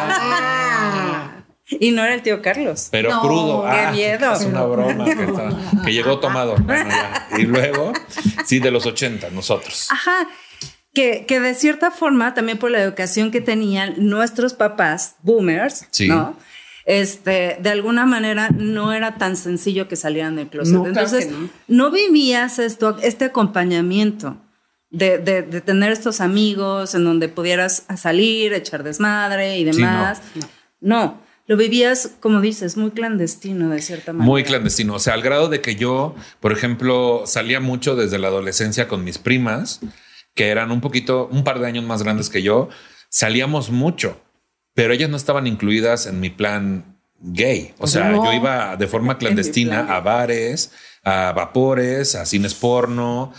Y no era el tío Carlos. Pero no, crudo. ¡Qué miedo! Es una broma que llegó tomado. Bueno, ya. Y luego, sí, de los 80, nosotros. Ajá. Que de cierta forma, también por la educación que tenían nuestros papás, boomers, ¿no? De alguna manera no era tan sencillo que salieran del closet. No, entonces, claro que no vivías este acompañamiento. de tener estos amigos en donde pudieras salir, echar desmadre y demás. Sí, no, lo vivías, como dices, muy clandestino de cierta manera. Muy clandestino, o sea, al grado de que yo, por ejemplo, salía mucho desde la adolescencia con mis primas, que eran un par de años más grandes que yo, salíamos mucho, pero ellas no estaban incluidas en mi plan gay. O sea, yo iba de forma clandestina a bares, a vapores, a cines porno,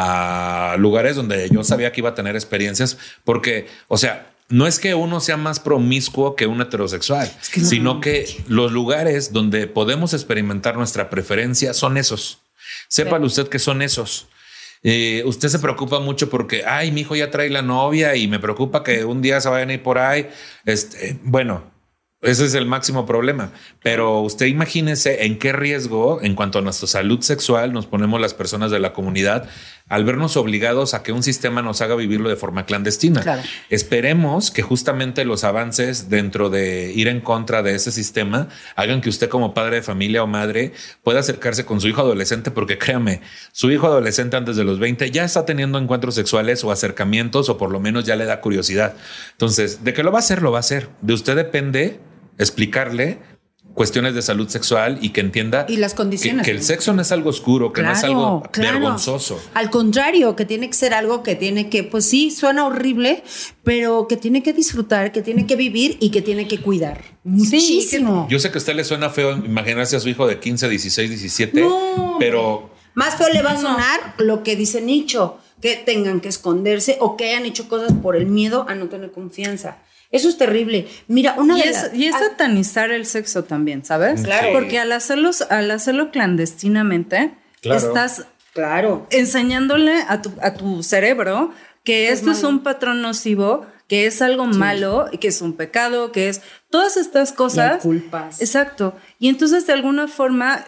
a lugares donde yo sabía que iba a tener experiencias, porque, o sea, no es que uno sea más promiscuo que un heterosexual, sino que los lugares donde podemos experimentar nuestra preferencia son esos. Sépalo usted que son esos. Usted se preocupa mucho porque, ay, mi hijo ya trae la novia y me preocupa que un día se vayan a ir por ahí. Bueno, ese es el máximo problema. Pero usted imagínese en qué riesgo en cuanto a nuestra salud sexual nos ponemos las personas de la comunidad al vernos obligados a que un sistema nos haga vivirlo de forma clandestina. Claro. Esperemos que justamente los avances dentro de ir en contra de ese sistema hagan que usted como padre de familia o madre pueda acercarse con su hijo adolescente, porque créame, su hijo adolescente antes de los 20 ya está teniendo encuentros sexuales o acercamientos, o por lo menos ya le da curiosidad. Entonces, de que lo va a hacer, lo va a hacer. De usted depende explicarle cuestiones de salud sexual y que entienda y las condiciones que el sexo no es algo oscuro, que no es algo vergonzoso. Al contrario, que tiene que ser algo que tiene que, pues sí, suena horrible, pero que tiene que disfrutar, que tiene que vivir y que tiene que cuidar. Muchísimo. Yo sé que a usted le suena feo imaginarse a su hijo de 15, 16, 17, pero... Más feo le va a sonar lo que dice Nicho, que tengan que esconderse o que hayan hecho cosas por el miedo a no tener confianza. Eso es terrible. Mira, y es satanizar el sexo también, ¿sabes? Claro. Porque al hacerlo clandestinamente, estás enseñándole a tu cerebro que esto es un patrón nocivo, que es algo malo, que es un pecado, que es todas estas cosas. Y culpas. Exacto. Y entonces, de alguna forma,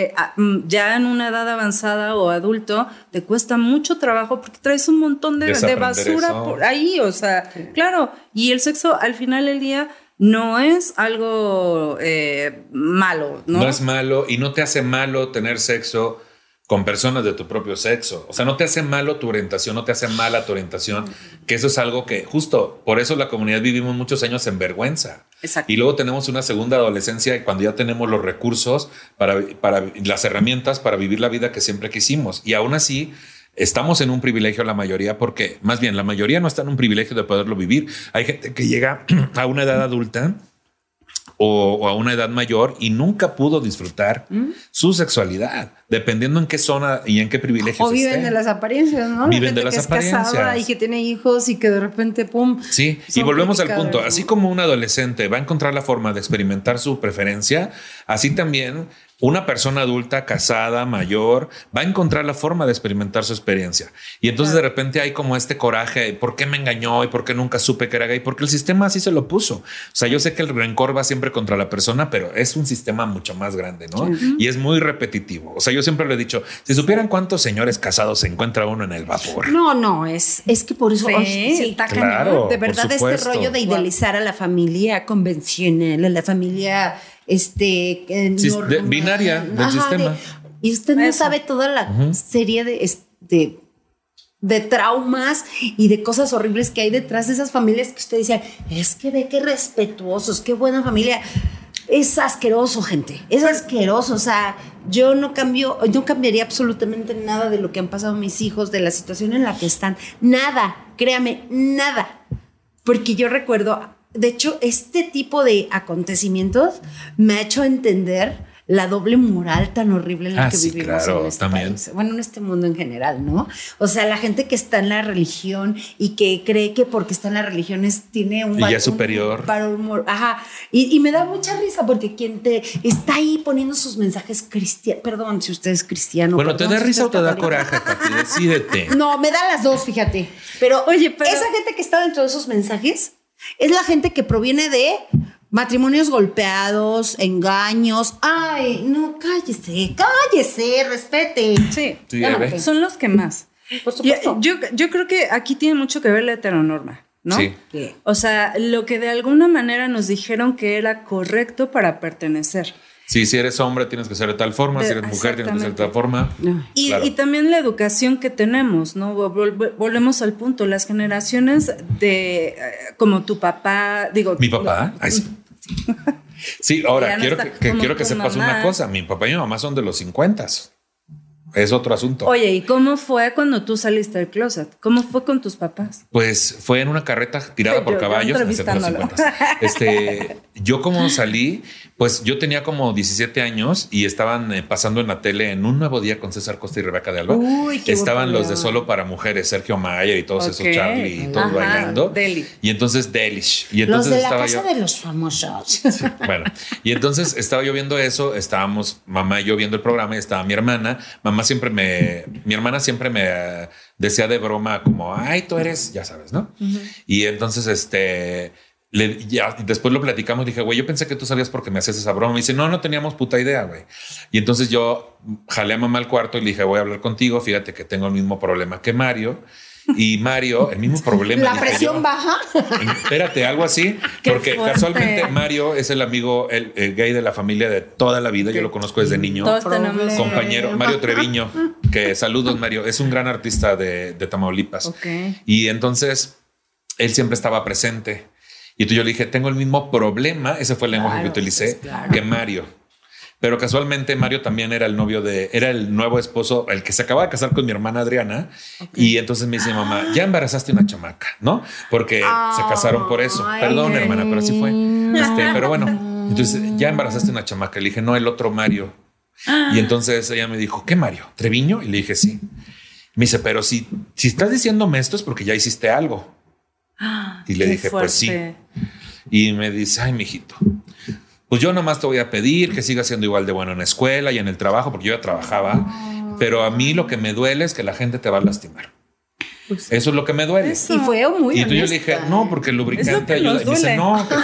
ya en una edad avanzada o adulto, te cuesta mucho trabajo porque traes un montón de basura por ahí. O sea, claro. Y el sexo, al final del día, no es algo malo, ¿no? No es malo y no te hace malo tener sexo con personas de tu propio sexo. O sea, no te hace malo tu orientación, no te hace mala tu orientación, que eso es algo que justo por eso la comunidad vivimos muchos años en vergüenza. Exacto. Y luego tenemos una segunda adolescencia cuando ya tenemos los recursos para las herramientas para vivir la vida que siempre quisimos. Y aún así estamos en un privilegio la mayoría, porque más bien la mayoría no está en un privilegio de poderlo vivir. Hay gente que llega a una edad adulta o a una edad mayor y nunca pudo disfrutar su sexualidad, dependiendo en qué zona y en qué privilegios o viven de las apariencias, ¿no? Viven de las apariencias. Es casada y que tiene hijos y que de repente, pum. Sí, y volvemos al punto. Así como un adolescente va a encontrar la forma de experimentar su preferencia, así también una persona adulta, casada, mayor, va a encontrar la forma de experimentar su experiencia. Y entonces de repente hay como este coraje, ¿por qué me engañó? ¿Y por qué nunca supe que era gay? Porque el sistema así se lo puso. O sea, yo sé que el rencor va siempre contra la persona, pero es un sistema mucho más grande, ¿no? Y es muy repetitivo. O sea, yo siempre lo he dicho, si supieran cuántos señores casados se encuentra uno en el vapor. No, es que por eso está claro, de verdad este rollo de idealizar a la familia convencional, a la familia binaria del sistema. Y usted no sabe toda la serie de traumas y de cosas horribles que hay detrás de esas familias que usted dice, es que ve qué respetuosos, qué buena familia. Es asqueroso, gente. Es asqueroso. O sea, yo no cambiaría absolutamente nada de lo que han pasado mis hijos, de la situación en la que están. Nada, créame, nada. Porque yo recuerdo, de hecho, este tipo de acontecimientos me ha hecho entender la doble moral tan horrible en la que vivimos en este país. Bueno, en este mundo en general, ¿no? O sea, la gente que está en la religión y que cree que porque está en la religión tiene un valor superior. Ajá. Y me da mucha risa porque quien te está ahí poniendo sus mensajes cristianos. Perdón si usted es cristiano. Bueno, ¿te da risa o te da coraje, Pati? Decídete. No, me da las dos, fíjate. Pero esa gente que está dentro de esos mensajes es la gente que proviene de matrimonios golpeados, engaños. Ay, no, cállese, respete. Sí, son los que más. Por supuesto. Yo creo que aquí tiene mucho que ver la heteronorma, ¿no? Sí. O sea, lo que de alguna manera nos dijeron que era correcto para pertenecer. Sí, si eres hombre tienes que ser de tal forma, si eres mujer tienes que ser de tal forma. Y también la educación que tenemos, ¿no? Volvemos al punto, las generaciones de como tu papá, digo... ¿Mi papá? Ay, sí. Sí, ahora quiero que sepas una cosa, mi papá y mi mamá son de los 50. Es otro asunto. Oye, ¿y cómo fue cuando tú saliste del closet? ¿Cómo fue con tus papás? Pues fue en una carreta tirada por caballos. Yo como salí, pues yo tenía como 17 años y estaban pasando en la tele En un nuevo día con César Costa y Rebeca de Alba. Uy, estaban los de Solo para Mujeres, Sergio Mayer y todos esos, Charlie y todos bailando. Deli. Y entonces Delish. Y entonces los de la casa de los famosos. Sí, bueno, y entonces estaba yo viendo eso, estábamos mamá y yo viendo el programa y estaba mi hermana. Mi hermana siempre me decía de broma como, ay, tú eres, ya sabes, ¿no? Y entonces, después lo platicamos, dije, güey, yo pensé que tú sabías porque me hacías esa broma. Me dice, no teníamos puta idea, güey. Y entonces yo jalé a mamá al cuarto y le dije, voy a hablar contigo, fíjate que tengo el mismo problema que Mario. Y Mario, el mismo problema. La presión baja. Espérate, algo así. Porque casualmente Mario es el amigo el gay de la familia de toda la vida. Yo lo conozco desde niño. Todos tenemos compañero Mario Treviño, que saludos Mario, es un gran artista de Tamaulipas. Y entonces él siempre estaba presente. Y yo le dije, tengo el mismo problema. Ese fue el lenguaje que utilicé que Mario. Pero casualmente Mario también era el nuevo esposo, el que se acaba de casar con mi hermana Adriana. Y entonces me dice, mamá, ya embarazaste una chamaca, ¿no? Porque se casaron por eso. Perdón, hermana, pero así fue. Pero bueno, entonces ya embarazaste una chamaca. Le dije, no, el otro Mario. Y entonces ella me dijo, ¿qué Mario? ¿Treviño? Y le dije, sí. Me dice, pero si estás diciéndome esto es porque ya hiciste algo. Y le dije, pues sí. Y me dice, ay, mijito, pues yo nomás te voy a pedir que sigas siendo igual de bueno en la escuela y en el trabajo, porque yo ya trabajaba, pero a mí lo que me duele es que la gente te va a lastimar. Pues eso es lo que me duele. Eso. Y fue muy Y entonces yo le dije, no, porque el lubricante ayuda. Y me dice, no, que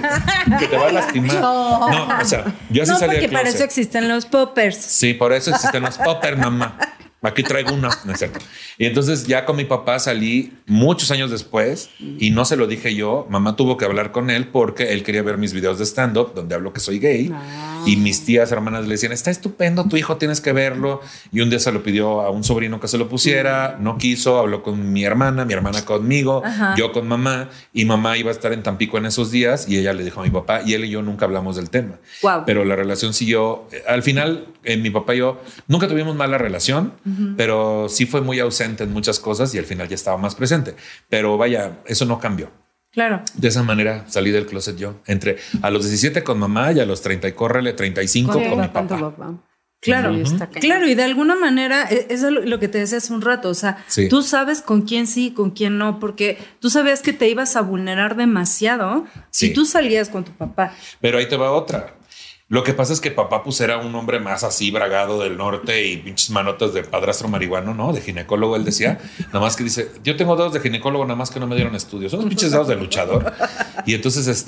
te va a lastimar. No, o sea, yo así salí del closet. Porque para eso existen los poppers. Sí, por eso existen los poppers, mamá. Aquí traigo una, no es cierto. Y entonces ya con mi papá salí muchos años después y no se lo dije yo. Mamá tuvo que hablar con él porque él quería ver mis videos de stand-up donde hablo que soy gay. Y mis tías hermanas le decían, está estupendo, tu hijo tienes que verlo. Y un día se lo pidió a un sobrino que se lo pusiera. No quiso, habló con mi hermana conmigo, yo con mamá. Y mamá iba a estar en Tampico en esos días y ella le dijo a mi papá y él y yo nunca hablamos del tema. Pero la relación siguió. Al final, mi papá y yo nunca tuvimos mala relación. Pero sí fue muy ausente en muchas cosas y al final ya estaba más presente. Pero vaya, eso no cambió. Claro. De esa manera salí del closet yo. Entre a los 17 con mamá y a los 30 y córrele 35 con mi papá. Claro, claro, y de alguna manera, eso es lo que te decía hace un rato, o sea, tú sabes con quién sí, con quién no, porque tú sabías que te ibas a vulnerar demasiado si tú salías con tu papá. Pero ahí te va otra. Lo que pasa es que papá pues era un hombre más así bragado del norte y pinches manotas de padrastro marihuano, ¿no? De ginecólogo, él decía. Nada más que dice, yo tengo dedos de ginecólogo, nada más que no me dieron estudios. Son los pinches dedos de luchador. Y entonces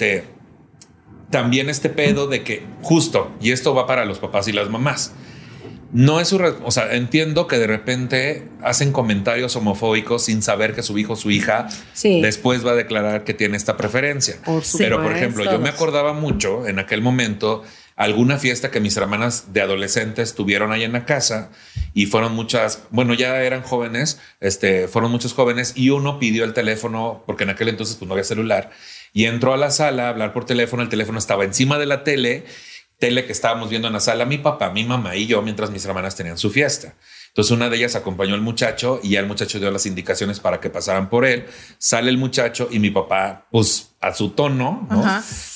también pedo de que justo, y esto va para los papás y las mamás, no es o sea, entiendo que de repente hacen comentarios homofóbicos sin saber que su hijo o su hija después va a declarar que tiene esta preferencia. Pero, por ejemplo, yo me acordaba mucho en aquel momento alguna fiesta que mis hermanas de adolescentes tuvieron ahí en la casa y fueron muchas, bueno, ya eran jóvenes, fueron muchos jóvenes y uno pidió el teléfono porque en aquel entonces pues no había celular y entró a la sala a hablar por teléfono. El teléfono estaba encima de la tele que estábamos viendo en la sala, mi papá, mi mamá y yo, mientras mis hermanas tenían su fiesta. Entonces una de ellas acompañó al muchacho y ya el muchacho dio las indicaciones para que pasaran por él. Sale el muchacho y mi papá, pues a su tono, ¿no?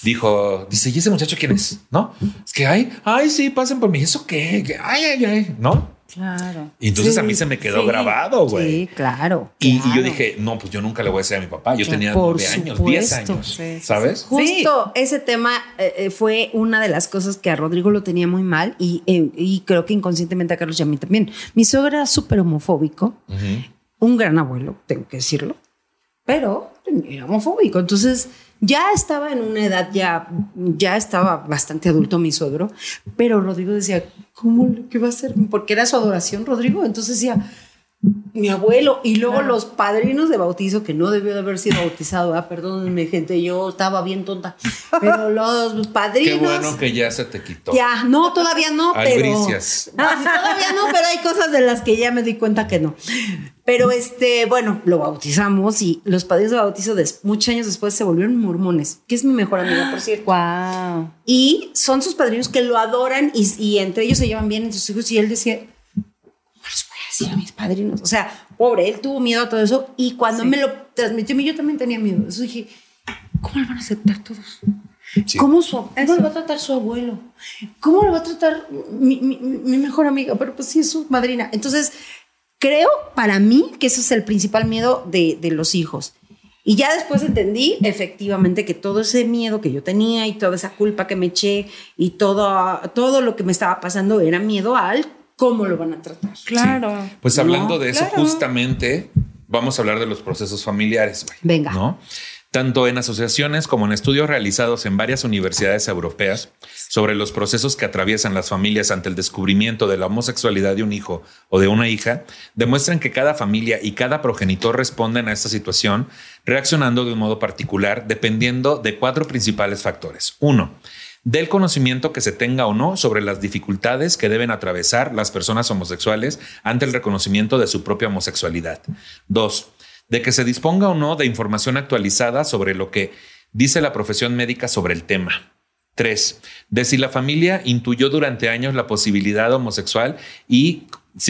Dice, ¿y ese muchacho quién es? ¿No? Es que ay, sí, pasen por mí. ¿Eso qué? Ay, ¿no? Claro. Y entonces a mí se me quedó grabado, güey. Sí, claro. Y yo dije, no, pues yo nunca le voy a decir a mi papá. Yo tenía 9 años, 10 años, ¿sabes? Justo ese tema fue una de las cosas que a Rodrigo lo tenía muy mal y creo que inconscientemente a Carlos y a mí también. Mi suegro era súper homofóbico, un gran abuelo, tengo que decirlo, pero era homofóbico. Entonces ya estaba en una edad, ya estaba bastante adulto mi suegro, pero Rodrigo decía, ¿qué va a hacer? Porque era su adoración, Rodrigo. Entonces decía, mi abuelo, y luego los padrinos de bautizo, que no debió de haber sido bautizado, perdónenme, gente, yo estaba bien tonta, pero los padrinos... Qué bueno que ya se te quitó. Ya, no, todavía no, Albricias. pero... No, todavía no, pero hay cosas de las que ya me di cuenta que no. Pero bueno, lo bautizamos y los padrinos de bautizo muchos años después se volvieron mormones, que es mi mejor amiga, por cierto. Wow. Y son sus padrinos que lo adoran y entre ellos se llevan bien entre sus hijos, y él decía... a mis padrinos, o sea, pobre, él tuvo miedo a todo eso, y cuando me lo transmitió a mí, yo también tenía miedo. Eso dije, ¿cómo lo van a aceptar todos? Sí. ¿Cómo lo va a tratar su abuelo? ¿Cómo lo va a tratar mi mejor amiga? Pero pues sí, es su madrina. Entonces, creo para mí que eso es el principal miedo de los hijos. Y ya después entendí efectivamente que todo ese miedo que yo tenía y toda esa culpa que me eché y todo lo que me estaba pasando era miedo al cómo lo van a tratar. Claro. Sí. Pues hablando de eso, justamente vamos a hablar de los procesos familiares. Venga. ¿No? Tanto en asociaciones como en estudios realizados en varias universidades europeas sobre los procesos que atraviesan las familias ante el descubrimiento de la homosexualidad de un hijo o de una hija, demuestran que cada familia y cada progenitor responden a esta situación reaccionando de un modo particular dependiendo de 4 principales factores. 1. Del conocimiento que se tenga o no sobre las dificultades que deben atravesar las personas homosexuales ante el reconocimiento de su propia homosexualidad. 2. De que se disponga o no de información actualizada sobre lo que dice la profesión médica sobre el tema. 3. De si la familia intuyó durante años la posibilidad homosexual y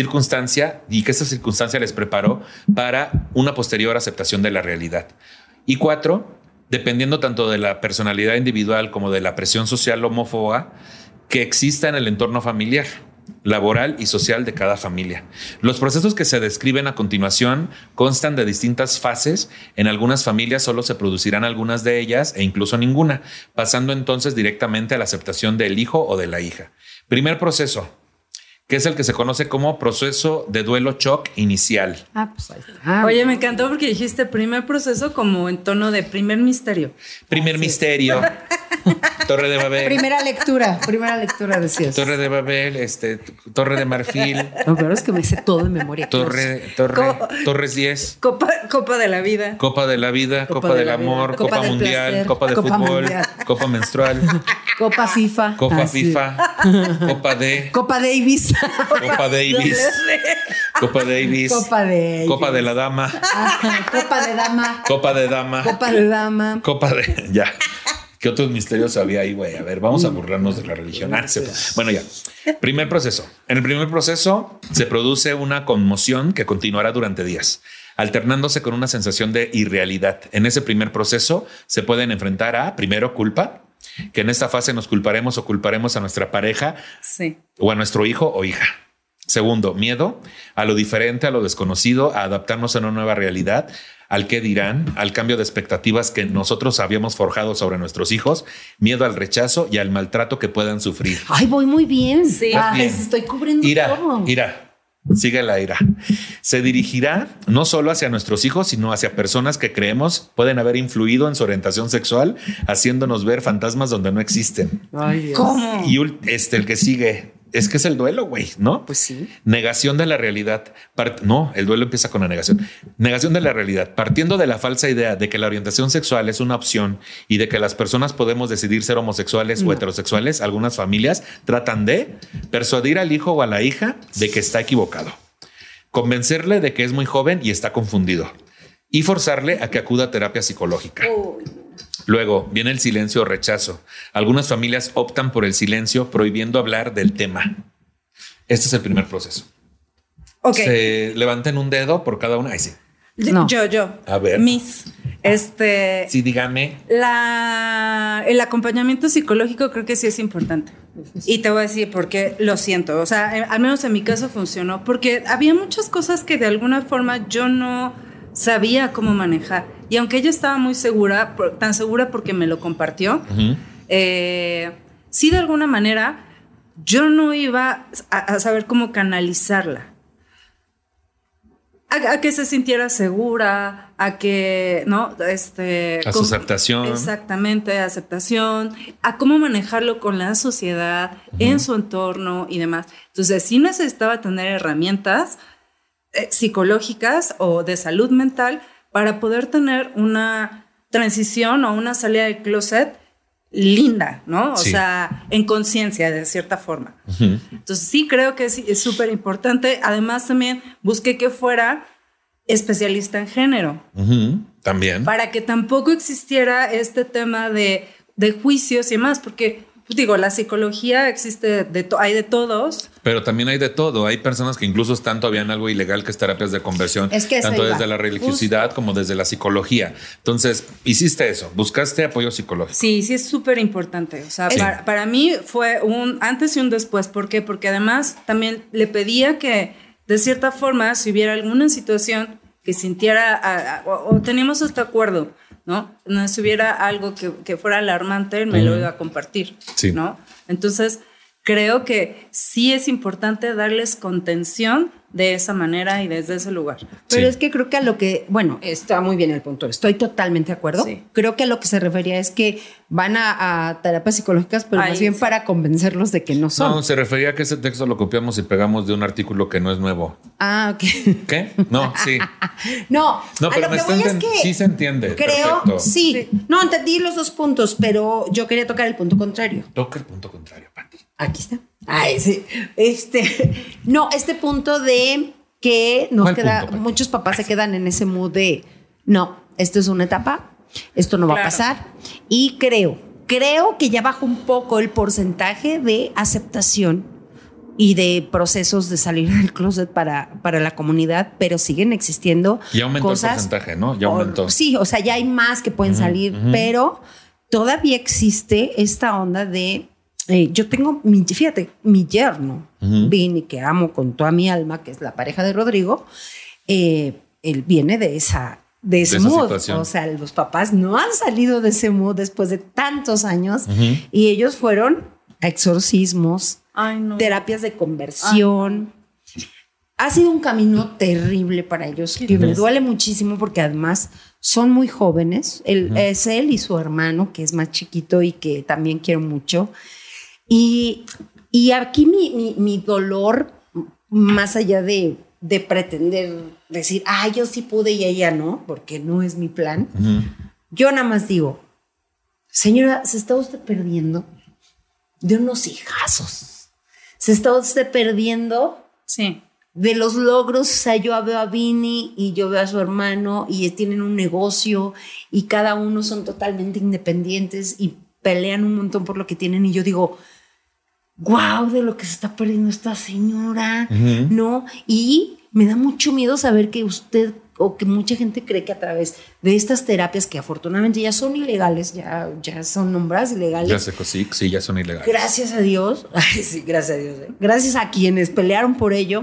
que esa circunstancia les preparó para una posterior aceptación de la realidad. Y 4. Dependiendo tanto de la personalidad individual como de la presión social homófoba que exista en el entorno familiar, laboral y social de cada familia. Los procesos que se describen a continuación constan de distintas fases. En algunas familias solo se producirán algunas de ellas e incluso ninguna, pasando entonces directamente a la aceptación del hijo o de la hija. Primer proceso, que es el que se conoce como proceso de duelo shock inicial. Pues ahí está. Oye, me encantó porque dijiste primer proceso como en tono de primer misterio. Primer misterio. Torre de Babel. Primera lectura decías. Torre de Babel, Torre de Marfil. Lo peor es que me sé todo de memoria. Torres 10. Copa de la vida. Copa de la vida, Copa del amor, Copa mundial, placer, Copa de fútbol, mundial. Copa menstrual. Copa FIFA. Copa FIFA. Copa D. Copa Davis. Copa Davis. Copa Davis. Copa Davis. Copa de la dama. Copa de dama. Copa de dama. Copa de dama. Copa de... Ya. ¿Qué otros misterios había ahí, güey? A ver, vamos a burlarnos de la religión. Bueno, ya. Primer proceso. En el primer proceso se produce una conmoción que continuará durante días, alternándose con una sensación de irrealidad. En ese primer proceso se pueden enfrentar a, primero, culpa, que en esta fase nos culparemos o culparemos a nuestra pareja o a nuestro hijo o hija. Segundo, miedo a lo diferente, a lo desconocido, a adaptarnos a una nueva realidad, al qué dirán, al cambio de expectativas que nosotros habíamos forjado sobre nuestros hijos, miedo al rechazo y al maltrato que puedan sufrir. Ay, voy muy bien. Sí. Bien. Estoy cubriendo todo. Sigue la ira. Se dirigirá no solo hacia nuestros hijos, sino hacia personas que creemos pueden haber influido en su orientación sexual, haciéndonos ver fantasmas donde no existen. Ay, Dios. ¿Cómo? Y el que sigue, es que es el duelo, güey, ¿no? Pues sí. Negación de la realidad. No, el duelo empieza con la negación. Negación de la realidad. Partiendo de la falsa idea de que la orientación sexual es una opción y de que las personas podemos decidir ser homosexuales o heterosexuales, algunas familias tratan de persuadir al hijo o a la hija de que está equivocado, convencerle de que es muy joven y está confundido y forzarle a que acuda a terapia psicológica. Luego viene el silencio o rechazo. Algunas familias optan por el silencio, prohibiendo hablar del tema. Este es el primer proceso. Okay. Se levanten un dedo por cada una. Ay, sí. No. Yo. A ver. Sí, dígame. El acompañamiento psicológico creo que sí es importante. Y te voy a decir por qué lo siento. O sea, al menos en mi caso funcionó. Porque había muchas cosas que de alguna forma yo no sabía cómo manejar. Y aunque ella estaba muy segura, tan segura porque me lo compartió, sí de alguna manera yo no iba a saber cómo canalizarla. A que se sintiera segura, a que, ¿no? A su aceptación. Exactamente, aceptación, a cómo manejarlo con la sociedad, en su entorno y demás. Entonces, sí necesitaba tener herramientas psicológicas o de salud mental para poder tener una transición o una salida del closet linda, ¿no? O sea, en conciencia, de cierta forma. Entonces, sí creo que es súper importante. Además, también busqué que fuera especialista en género. También. Para que tampoco existiera este tema de juicios y demás, porque pues digo, la psicología existe, hay de todos. Pero también hay de todo. Hay personas que incluso están todavía en algo ilegal, que es terapias de conversión. Es que tanto desde la religiosidad como desde la psicología. Entonces, hiciste eso. Buscaste apoyo psicológico. Sí, es súper importante. O sea, para mí fue un antes y un después. ¿Por qué? Porque además también le pedía que, de cierta forma, si hubiera alguna situación que sintiera, o teníamos este acuerdo, ¿no? No si hubiera algo que fuera alarmante, me lo iba a compartir, ¿no? Entonces, creo que sí es importante darles contención de esa manera y desde ese lugar. Pero es que creo que a lo que, bueno, está muy bien el punto, estoy totalmente de acuerdo. Creo que a lo que se refería es que van a terapias psicológicas, pero más bien para convencerlos de que no son. No, se refería a que ese texto lo copiamos y pegamos de un artículo que no es nuevo. Ah, ok. ¿Qué? No, sí. No, pero me voy es que sí se entiende. Creo, sí. No, entendí los dos puntos, pero yo quería tocar el punto contrario. Toca el punto contrario, Pati. Aquí está. Ay, sí. No, este punto de que nos queda, punto, muchos papás se quedan en ese mood de no, esto es una etapa, esto no va a pasar. Y creo que ya bajó un poco el porcentaje de aceptación y de procesos de salir del closet para la comunidad, pero siguen existiendo. Ya aumentó el porcentaje, ¿no? Ya aumentó. Sí, o sea, ya hay más que pueden salir, pero todavía existe esta onda de yo tengo, mi yerno, Vini, que amo con toda mi alma, que es la pareja de Rodrigo, él viene de ese mood. Situación. O sea, los papás no han salido de ese mood después de tantos años y ellos fueron a exorcismos, terapias de conversión. Ha sido un camino terrible para ellos, que me duele muchísimo porque además son muy jóvenes. Es él y su hermano, que es más chiquito y que también quiero mucho. Y aquí mi dolor, más allá de pretender decir, yo sí pude y ella no, porque no es mi plan, yo nada más digo, señora, se está usted perdiendo de unos hijazos. Se está usted perdiendo de los logros. O sea, yo veo a Vini y yo veo a su hermano y tienen un negocio y cada uno son totalmente independientes y pelean un montón por lo que tienen y yo digo, wow, de lo que se está perdiendo esta señora, ¿no? Y me da mucho miedo saber que usted o que mucha gente cree que a través de estas terapias que afortunadamente ya son ilegales, ya son nombradas ilegales. Ya sé que sí, ya son ilegales. Gracias a Dios. Ay, sí, gracias a Dios. Gracias a quienes pelearon por ello.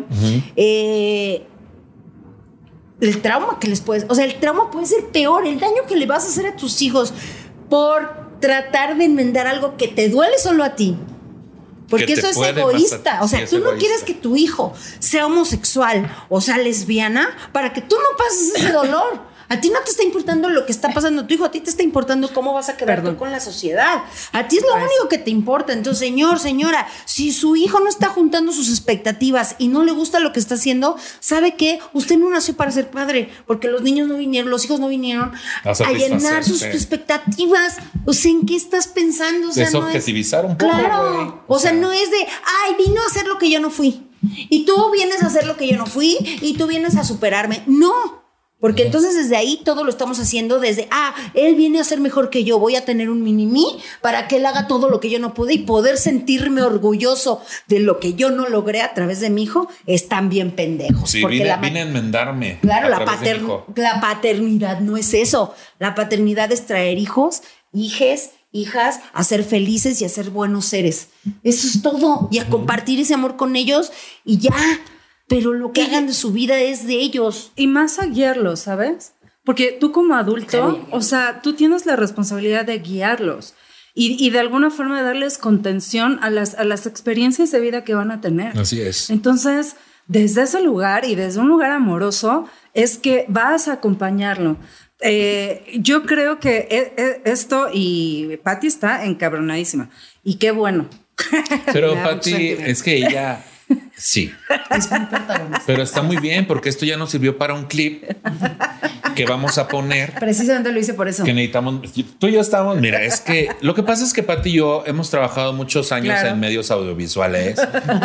El trauma que les puedes... O sea, el trauma puede ser peor. El daño que le vas a hacer a tus hijos por tratar de enmendar algo que te duele solo a ti. Porque eso es egoísta. O sea, tú no quieres que tu hijo sea homosexual o sea lesbiana para que tú no pases ese dolor. A ti no te está importando lo que está pasando a tu hijo, a ti te está importando cómo vas a quedar tú con la sociedad. A ti es lo único que te importa. Entonces, señora, si su hijo no está juntando sus expectativas y no le gusta lo que está haciendo, ¿sabe qué? Usted no nació para ser padre, porque los hijos no vinieron a llenar sus expectativas. O sea, ¿en qué estás pensando? O sea, es objetivizar un poco. Claro. O sea, no es de, vino a hacer lo que yo no fui. Y tú vienes a hacer lo que yo no fui y tú vienes a superarme. No. Porque entonces desde ahí todo lo estamos haciendo desde, él viene a ser mejor que yo, voy a tener un mini-mí para que él haga todo lo que yo no pude y poder sentirme orgulloso de lo que yo no logré a través de mi hijo, están bien pendejos. Sí, vine a enmendarme. Claro, la paternidad no es eso. La paternidad es traer hijos, hijas, a ser felices y a ser buenos seres. Eso es todo. Y a compartir ese amor con ellos y ya. Pero lo que hagan de su vida es de ellos. Y más a guiarlos, ¿sabes? Porque tú como adulto, o sea, tú tienes la responsabilidad de guiarlos y de alguna forma darles contención a las experiencias de vida que van a tener. Así es. Entonces, desde ese lugar y desde un lugar amoroso, es que vas a acompañarlo. Yo creo que esto, y Pati está encabronadísima. Y qué bueno. Pero Pati, es que ella... Sí. Pero está muy bien porque esto ya nos sirvió para un clip que vamos a poner. Precisamente lo hice por eso. Que necesitamos. Tú y yo estamos. Mira, es que lo que pasa es que Pati y yo hemos trabajado muchos años en medios audiovisuales.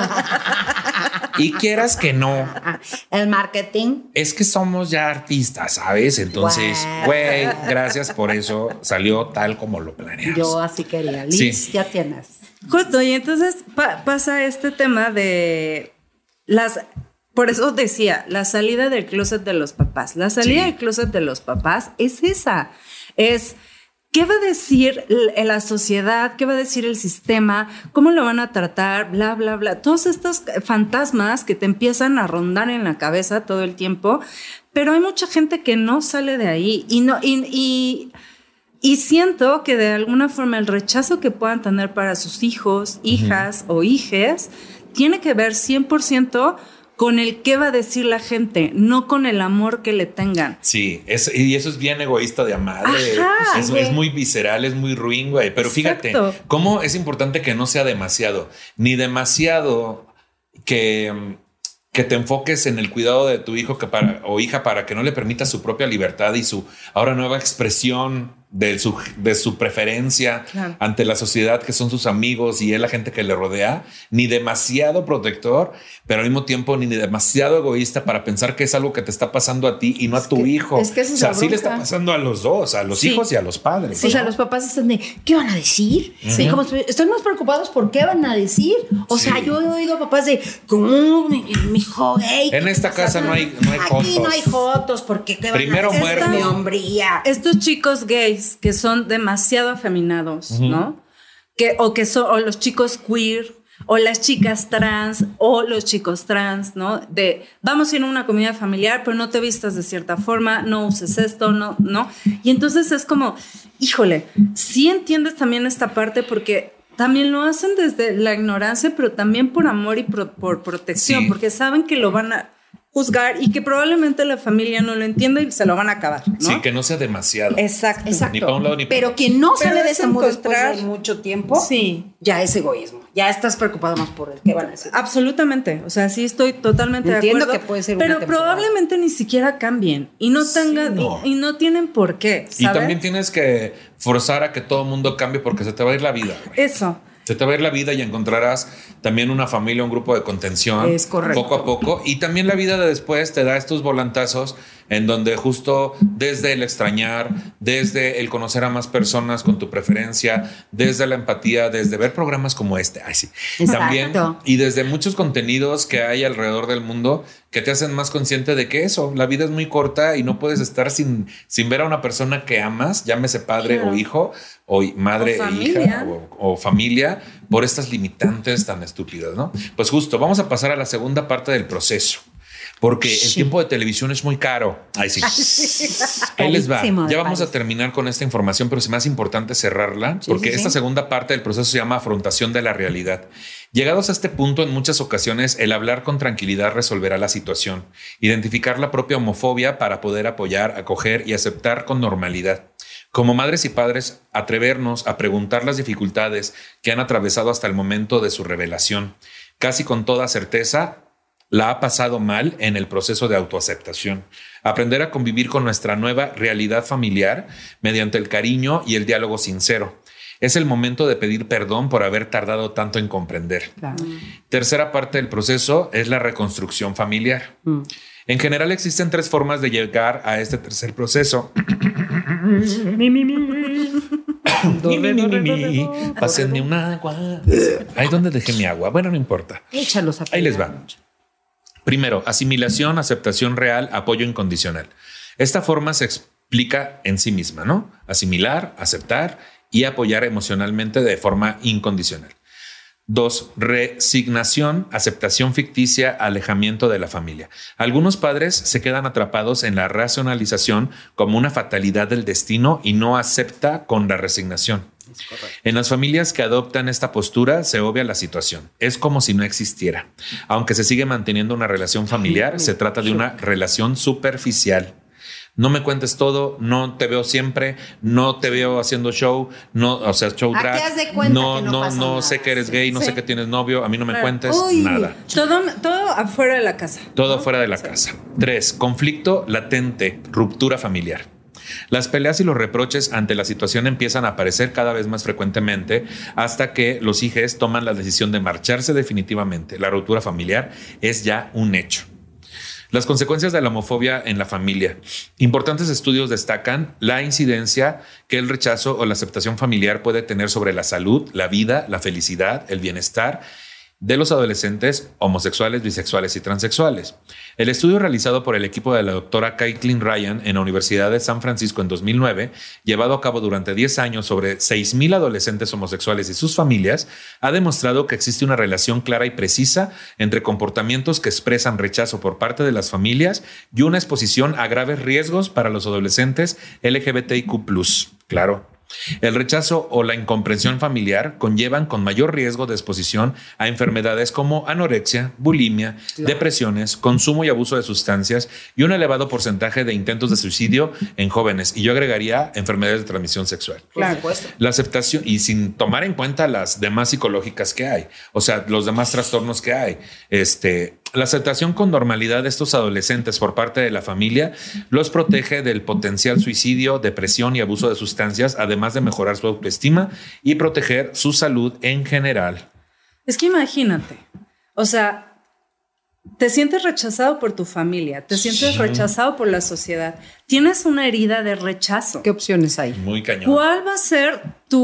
Y quieras que no. El marketing. Es que somos ya artistas, ¿sabes? Entonces, güey, gracias por eso. Salió tal como lo planeamos. Yo así quería. Liz, sí. Ya tienes. Justo, y entonces pasa este tema de por eso decía, la salida del closet de los papás. La salida del closet de los papás es esa. Es, ¿qué va a decir la sociedad? ¿Qué va a decir el sistema? ¿Cómo lo van a tratar? Bla, bla, bla. Todos estos fantasmas que te empiezan a rondar en la cabeza todo el tiempo. Pero hay mucha gente que no sale de ahí y siento que de alguna forma el rechazo que puedan tener para sus hijos, hijas o hijes tiene que ver 100% con el qué va a decir la gente, no con el amor que le tengan. Sí, y eso es bien egoísta de madre. Es muy visceral, es muy ruin, güey. Pero fíjate, cómo es importante que no sea demasiado, ni demasiado que te enfoques en el cuidado de tu hijo o hija para que no le permita su propia libertad y su ahora nueva expresión de su preferencia ante la sociedad, que son sus amigos y es la gente que le rodea, ni demasiado protector, pero al mismo tiempo ni demasiado egoísta para pensar que es algo que te está pasando a ti y no a tu hijo. Es que eso o sea, sí le está pasando a los dos, a los hijos y a los padres. Sí. O sea, los papás están de, ¿qué van a decir? Sí. Como, están más preocupados por qué van a decir. O sea, yo he oído a papás de, ¿cómo, mi hijo? Hey, en esta casa no hay jotos. Aquí no hay jotos, porque ¿qué van primero a decir? muerto. Mi hombría. Estos chicos gays que son demasiado afeminados, ¿no? O los chicos queer, o las chicas trans, o los chicos trans, ¿no? Vamos a ir a una comida familiar, pero no te vistas de cierta forma, no uses esto, no. Y entonces es como, híjole, sí entiendes también esta parte porque también lo hacen desde la ignorancia, pero también por amor y por protección, porque saben que lo van a juzgar y que probablemente la familia no lo entienda y se lo van a acabar, ¿no? Sí, que no sea demasiado. Exacto. Ni para un lado ni para otro. Pero quien no sale de ese mood después de mucho tiempo, ya es egoísmo. Ya estás preocupado más por el qué van a decir. Absolutamente. O sea, sí estoy totalmente de acuerdo. Entiendo que puede ser una pero temporada. Probablemente ni siquiera cambien y no tengan y no tienen por qué, ¿sabes? Y también tienes que forzar a que todo el mundo cambie porque se te va a ir la vida, güey. Eso. Se te va a ir la vida y encontrarás también una familia, un grupo de contención. Es correcto. Poco a poco. Y también la vida de después te da estos volantazos en donde justo desde el extrañar, desde el conocer a más personas con tu preferencia, desde la empatía, desde ver programas como este. Ay, sí. También, y desde muchos contenidos que hay alrededor del mundo que te hacen más consciente de que la vida es muy corta y no puedes estar sin ver a una persona que amas, llámese padre o hijo, o madre e hija o familia, por estas limitantes tan estúpidas, ¿no? Pues justo, vamos a pasar a la segunda parte del proceso. Porque el tiempo de televisión es muy caro. Ay, sí. Ahí les va. Ya vamos a terminar con esta información, pero es más importante cerrarla porque esta segunda parte del proceso se llama afrontación de la realidad. Llegados a este punto, en muchas ocasiones, el hablar con tranquilidad resolverá la situación. Identificar la propia homofobia para poder apoyar, acoger y aceptar con normalidad. Como madres y padres, atrevernos a preguntar las dificultades que han atravesado hasta el momento de su revelación. Casi con toda certeza, la ha pasado mal en el proceso de autoaceptación. Aprender a convivir con nuestra nueva realidad familiar mediante el cariño y el diálogo sincero. Es el momento de pedir perdón por haber tardado tanto en comprender. Claro. Tercera parte del proceso es la reconstrucción familiar. En general existen 3 formas de llegar a este tercer proceso. Pásenme un agua. Ahí donde dejé mi agua. Bueno, no importa. Échalos a ahí les va. Primero, asimilación, aceptación real, apoyo incondicional. Esta forma se explica en sí misma, ¿no? Asimilar, aceptar y apoyar emocionalmente de forma incondicional. 2, resignación, aceptación ficticia, alejamiento de la familia. Algunos padres se quedan atrapados en la racionalización como una fatalidad del destino y no acepta con la resignación. En las familias que adoptan esta postura se obvia la situación. Es como si no existiera. Aunque se sigue manteniendo una relación familiar, se trata de una relación superficial. no me cuentes todo, no te veo siempre, no te veo haciendo show, no, o sea, show drag. ¿A qué haz de cuenta no, que no no, pasa no nada? sé que eres gay, no sé que tienes novio, a mí no me cuentes nada. Todo afuera de la casa. Todo fuera de la casa. 3. Conflicto latente, ruptura familiar. Las peleas y los reproches ante la situación empiezan a aparecer cada vez más frecuentemente hasta que los hijos toman la decisión de marcharse definitivamente. La ruptura familiar es ya un hecho. Las consecuencias de la homofobia en la familia. Importantes estudios destacan la incidencia que el rechazo o la aceptación familiar puede tener sobre la salud, la vida, la felicidad, el bienestar de los adolescentes homosexuales, bisexuales y transexuales. El estudio realizado por el equipo de la doctora Caitlin Ryan en la Universidad de San Francisco en 2009, llevado a cabo durante 10 años sobre 6,000 adolescentes homosexuales y sus familias, ha demostrado que existe una relación clara y precisa entre comportamientos que expresan rechazo por parte de las familias y una exposición a graves riesgos para los adolescentes LGBTIQ+. Claro. El rechazo o la incomprensión familiar conllevan con mayor riesgo de exposición a enfermedades como anorexia, bulimia, depresiones, consumo y abuso de sustancias y un elevado porcentaje de intentos de suicidio en jóvenes. Y yo agregaría enfermedades de transmisión sexual. Claro. La aceptación y sin tomar en cuenta las demás psicológicas que hay, o sea, los demás trastornos que hay. La aceptación con normalidad de estos adolescentes por parte de la familia los protege del potencial suicidio, depresión y abuso de sustancias, además de mejorar su autoestima y proteger su salud en general. Es que imagínate, o sea, te sientes rechazado por tu familia, te sientes rechazado por la sociedad, tienes una herida de rechazo. ¿Qué opciones hay? Muy cañón. ¿Cuál va a ser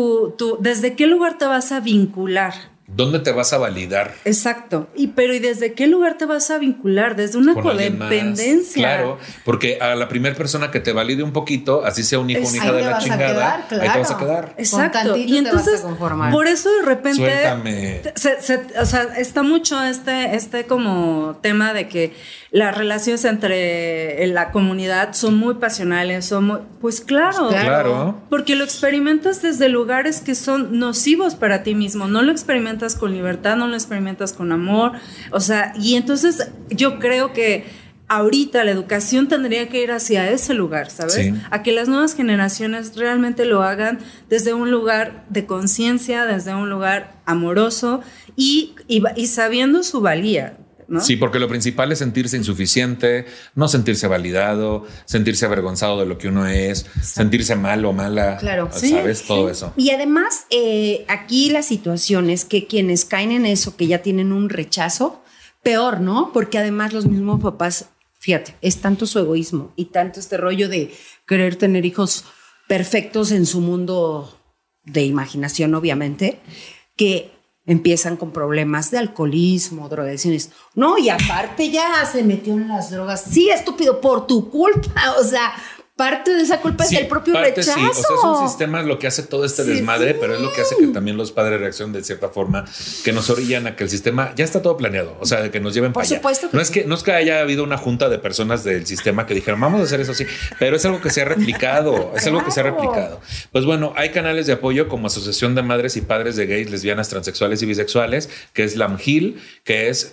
desde qué lugar te vas a vincular? ¿Dónde te vas a validar? Exacto. ¿Y desde qué lugar te vas a vincular? Desde una codependencia. Claro, porque a la primera persona que te valide un poquito, así sea un hijo o una hija de la chingada, ahí te vas a quedar. Exacto. Y entonces, por eso de repente, suéltame. O sea, está mucho este como tema de que las relaciones entre la comunidad son muy pasionales, pues claro. Porque lo experimentas desde lugares que son nocivos para ti mismo, no lo experimentas con libertad, no lo experimentas con amor, o sea, y entonces yo creo que ahorita la educación tendría que ir hacia ese lugar, ¿sabes? Sí. A que las nuevas generaciones realmente lo hagan desde un lugar de conciencia, desde un lugar amoroso y sabiendo su valía, ¿no? Sí, porque lo principal es sentirse insuficiente, no sentirse validado, sentirse avergonzado de lo que uno es, exacto, sentirse mal o mala, claro, ¿sabes? Sí, todo sí. eso. Y además, aquí la situación es que quienes caen en eso, que ya tienen un rechazo, peor, ¿no? Porque además los mismos papás, fíjate, es tanto su egoísmo y tanto este rollo de querer tener hijos perfectos en su mundo de imaginación, obviamente, que empiezan con problemas de alcoholismo, drogadicciones. No, y aparte ya se metió en las drogas. Sí, estúpido, por tu culpa. O sea, parte de esa culpa es el propio rechazo. Sí. O sea, es un sistema lo que hace todo este desmadre, pero es lo que hace que también los padres reaccionen de cierta forma, que nos orillan a que el sistema ya está todo planeado. O sea, de que nos lleven para allá. Por supuesto que no es que haya habido una junta de personas del sistema que dijeron, vamos a hacer eso así, pero es algo que se ha replicado. Es algo que se ha replicado. Pues bueno, hay canales de apoyo como Asociación de Madres y Padres de Gays, Lesbianas, Transexuales y Bisexuales, que es LAMGIL, que es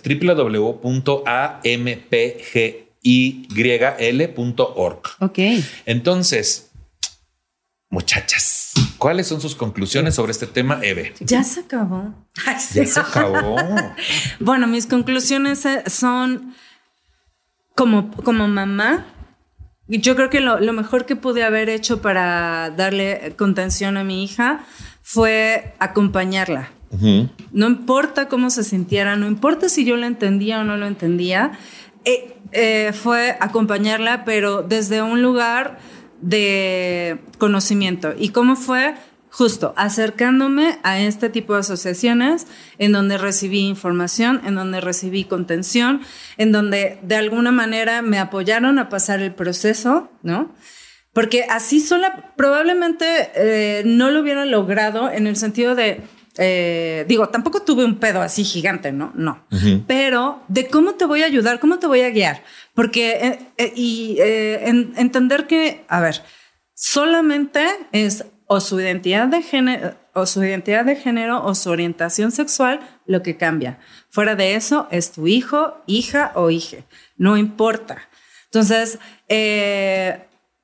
www.ampgyl.org. Ok. Entonces, muchachas, ¿cuáles son sus conclusiones sobre este tema, Eve? Ya se acabó. Ay, sí. Ya se acabó. Bueno, mis conclusiones son como mamá. Yo creo que lo mejor que pude haber hecho para darle contención a mi hija fue acompañarla. Uh-huh. No importa cómo se sintiera, no importa si yo lo entendía o no lo entendía. Fue acompañarla, pero desde un lugar de conocimiento. ¿Y cómo fue? Justo acercándome a este tipo de asociaciones en donde recibí información, en donde recibí contención, en donde de alguna manera me apoyaron a pasar el proceso, ¿no? Porque así sola probablemente no lo hubiera logrado, en el sentido de tampoco tuve un pedo así gigante, ¿no? No. Uh-huh. Pero de cómo te voy a ayudar, cómo te voy a guiar. Porque entender que, a ver, solamente es o su identidad de género o su orientación sexual lo que cambia. Fuera de eso es tu hijo, hija o hije. No importa. Entonces,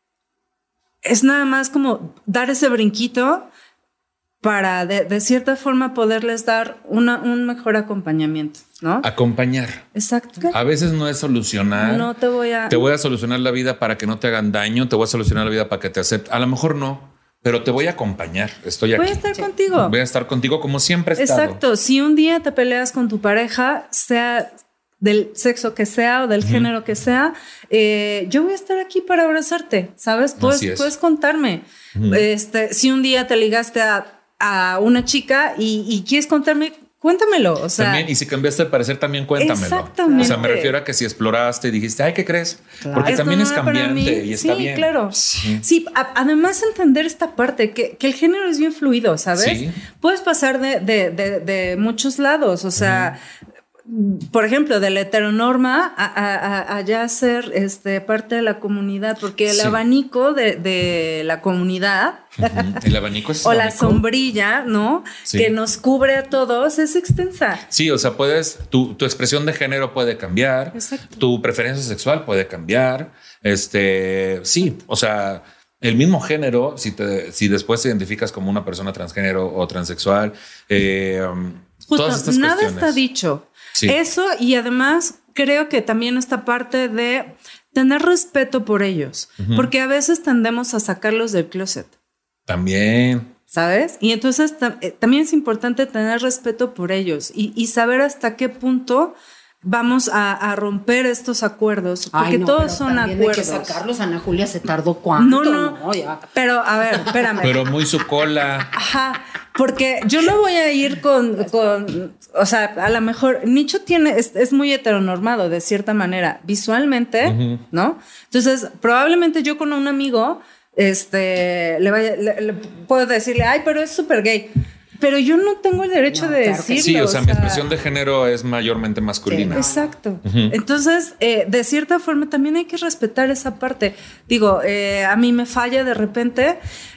es nada más como dar ese brinquito para de cierta forma poderles dar un mejor acompañamiento, ¿no? Acompañar. Exacto. A veces no es solucionar. No te voy a solucionar la vida para que no te hagan daño, te voy a solucionar la vida para que te acepten. A lo mejor no, pero te voy a acompañar. Estoy aquí. Voy a estar contigo. Voy a estar contigo como siempre he estado. Exacto. Si un día te peleas con tu pareja, sea del sexo que sea o del género que sea, yo voy a estar aquí para abrazarte, ¿sabes? Puedes contarme. Si un día te ligaste a una chica y quieres contarme, cuéntamelo. O sea, también, y si cambiaste de parecer, también cuéntamelo. Exactamente. O sea, me refiero a que si exploraste y dijiste, ay, ¿qué crees? Claro. Porque esto también no es cambiante y está bien. Sí, claro. Sí, además entender esta parte, que el género es bien fluido, ¿sabes? Sí. Puedes pasar de muchos lados, o sea... Por ejemplo, de la heteronorma a ya ser parte de la comunidad, porque el abanico de la comunidad, el abanico es o la sombrilla, ¿no? Sí. Que nos cubre a todos, es extensa. Sí, o sea, tu expresión de género puede cambiar. Exacto. Tu preferencia sexual puede cambiar. Sí, o sea, el mismo género, si después te identificas como una persona transgénero o transexual, todas estas nada cuestiones. Está dicho. Sí. Eso, y además creo que también esta parte de tener respeto por ellos, porque a veces tendemos a sacarlos del closet. También. ¿Sabes? Y entonces también es importante tener respeto por ellos y saber hasta qué punto vamos a romper estos acuerdos, porque todos son acuerdos. Hay que sacarlos. Ana Julia se tardó cuánto. No, ya. Pero a ver, espérame. Pero muy su cola. Ajá, porque yo no voy a ir con o sea, a lo mejor Nicho es muy heteronormado de cierta manera, visualmente, ¿no? Entonces, probablemente yo con un amigo, le puedo decirle, ay, pero es súper gay. Pero yo no tengo el derecho de decirlo. Sí, o sea, mi expresión de género es mayormente masculina. Exacto. Entonces, de cierta forma, también hay que respetar esa parte. Digo, a mí me falla de repente,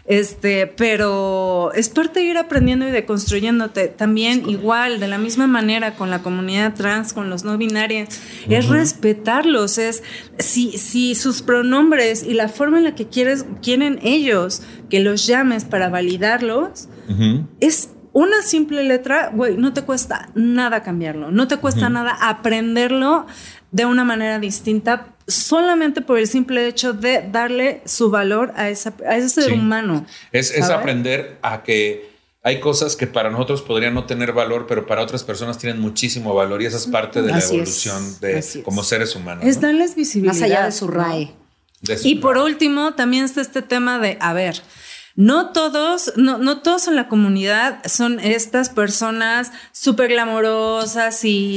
pero es parte de ir aprendiendo y deconstruyéndote. También igual, de la misma manera, con la comunidad trans, con los no binarios, es respetarlos. Es si sus pronombres y la forma en la que quieren ellos que los llames para validarlos, es una simple letra, güey, no te cuesta nada cambiarlo, no te cuesta nada aprenderlo de una manera distinta, solamente por el simple hecho de darle su valor a ese ser humano. Es aprender a que hay cosas que para nosotros podrían no tener valor, pero para otras personas tienen muchísimo valor, y esa es parte de la evolución como seres humanos. Es darles visibilidad. Más allá de su RAE. Y por último, también está este tema de, a ver, no todos en la comunidad son estas personas súper glamorosas y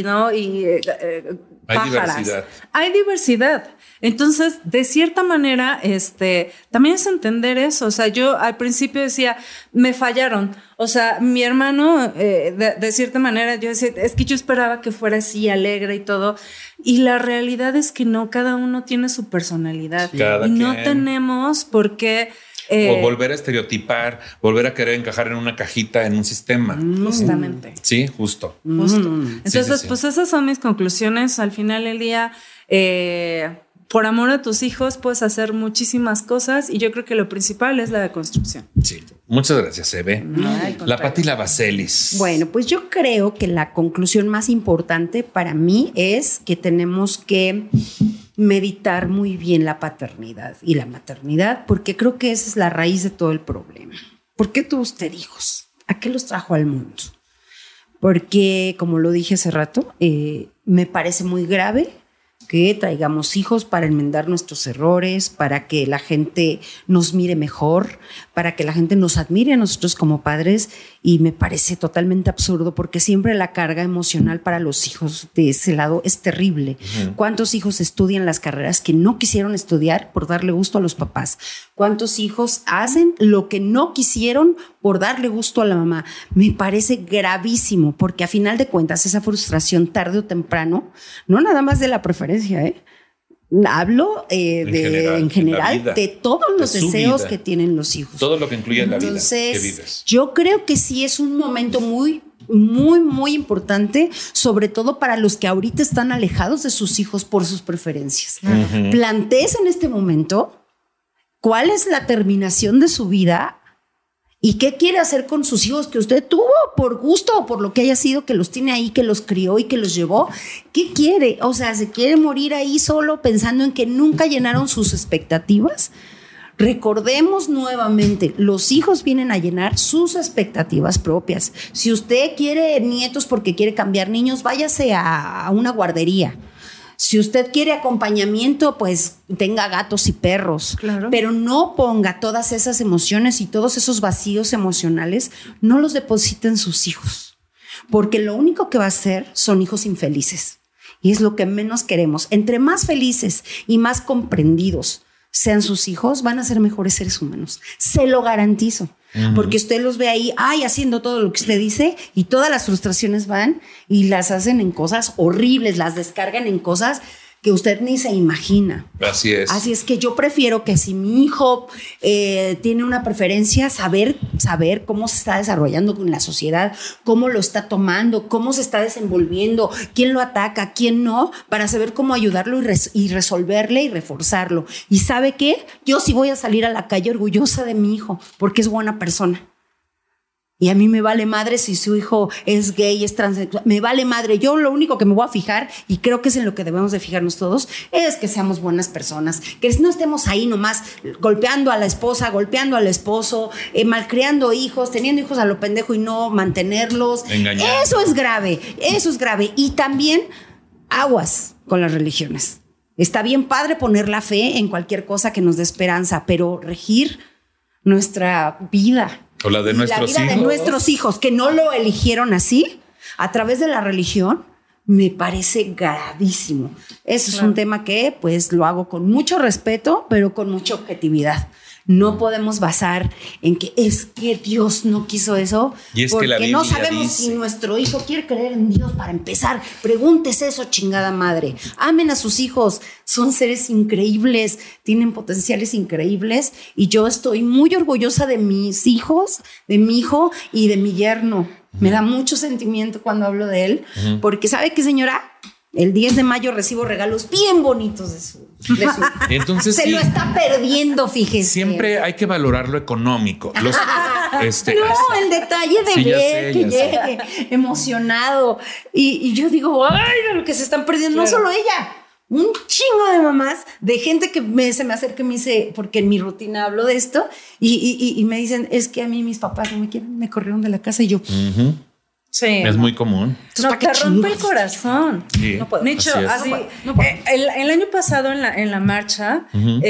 pájaras. Hay diversidad. Entonces, de cierta manera, también es entender eso. O sea, yo al principio decía, me fallaron. O sea, mi hermano, de cierta manera, yo decía, es que yo esperaba que fuera así, alegre y todo. Y la realidad es que no, cada uno tiene su personalidad. No tenemos por qué... o volver a estereotipar, volver a querer encajar en una cajita, en un sistema. Justamente. Sí, justo. Entonces, pues esas son mis conclusiones. Al final del día, por amor a tus hijos puedes hacer muchísimas cosas, y yo creo que lo principal es la deconstrucción. Sí. Muchas gracias, Eve. La Pati Lavacelis. Bueno, pues yo creo que la conclusión más importante para mí es que tenemos que meditar muy bien la paternidad y la maternidad, porque creo que esa es la raíz de todo el problema. ¿Por qué tuvo usted hijos? ¿A qué los trajo al mundo? Porque, como lo dije hace rato, me parece muy grave que traigamos hijos para enmendar nuestros errores, para que la gente nos mire mejor, para que la gente nos admire a nosotros como padres, y me parece totalmente absurdo, porque siempre la carga emocional para los hijos de ese lado es terrible. ¿Cuántos hijos estudian las carreras que no quisieron estudiar por darle gusto a los papás? ¿Cuántos hijos hacen lo que no quisieron por darle gusto a la mamá? Me parece gravísimo, porque a final de cuentas esa frustración tarde o temprano, no nada más de la preferencia, hablo en general de todos los deseos que tienen los hijos. Todo lo que incluye en la vida que vives. Yo creo que sí es un momento muy, muy, muy importante, sobre todo para los que ahorita están alejados de sus hijos por sus preferencias. Plantees en este momento cuál es la terminación de su vida y qué quiere hacer con sus hijos que usted tuvo por gusto o por lo que haya sido, que los tiene ahí, que los crió y que los llevó. ¿Qué quiere? O sea, ¿se quiere morir ahí solo pensando en que nunca llenaron sus expectativas? Recordemos nuevamente, los hijos vienen a llenar sus expectativas propias. Si usted quiere nietos porque quiere cambiar niños, váyase a una guardería. Si usted quiere acompañamiento, pues tenga gatos y perros. Claro. Pero no ponga todas esas emociones y todos esos vacíos emocionales, no los deposite en sus hijos. Porque lo único que va a hacer son hijos infelices. Y es lo que menos queremos. Entre más felices y más comprendidos sean sus hijos, van a ser mejores seres humanos. Se lo garantizo. Porque usted los ve ahí, haciendo todo lo que usted dice y todas las frustraciones van y las hacen en cosas horribles, las descargan en cosas que usted ni se imagina. Así es. Así es que yo prefiero que si mi hijo tiene una preferencia, saber cómo se está desarrollando en la sociedad, cómo lo está tomando, cómo se está desenvolviendo, quién lo ataca, quién no, para saber cómo ayudarlo y resolverle y reforzarlo. ¿Y sabe qué? Yo sí voy a salir a la calle orgullosa de mi hijo porque es buena persona. Y a mí me vale madre si su hijo es gay, es transexual, me vale madre. Yo lo único que me voy a fijar, y creo que es en lo que debemos de fijarnos todos, es que seamos buenas personas, que no estemos ahí nomás golpeando a la esposa, golpeando al esposo, malcriando hijos, teniendo hijos a lo pendejo y no mantenerlos. Engañando. Eso es grave. Y también aguas con las religiones. Está bien padre poner la fe en cualquier cosa que nos dé esperanza, pero regir nuestra vida o la de nuestros hijos. De nuestros hijos, que no lo eligieron así, a través de la religión, me parece gravísimo. Eso es un tema que pues lo hago con mucho respeto, pero con mucha objetividad. No podemos basar en que es que Dios no quiso eso, y es porque que la Biblia no sabemos dice, si nuestro hijo quiere creer en Dios. Para empezar, pregúntese eso, chingada madre. Amen a sus hijos, son seres increíbles, tienen potenciales increíbles, y yo estoy muy orgullosa de mis hijos, de mi hijo y de mi yerno. Me da mucho sentimiento cuando hablo de él, porque ¿sabe qué, señora? El 10 de mayo recibo regalos bien bonitos de su Entonces, se lo está perdiendo, fíjese. Siempre hay que valorar lo económico. El detalle de ver que llegue emocionado. Y yo digo, ay, lo que se están perdiendo, no solo ella. Un chingo de mamás, de gente que se me acerca y me dice, porque en mi rutina hablo de esto, y me dicen, es que a mí mis papás no me quieren, me corrieron de la casa, y yo... Sí, es muy común. No, te rompe el corazón. Sí, no puedo. Nicho, así, el año pasado en la marcha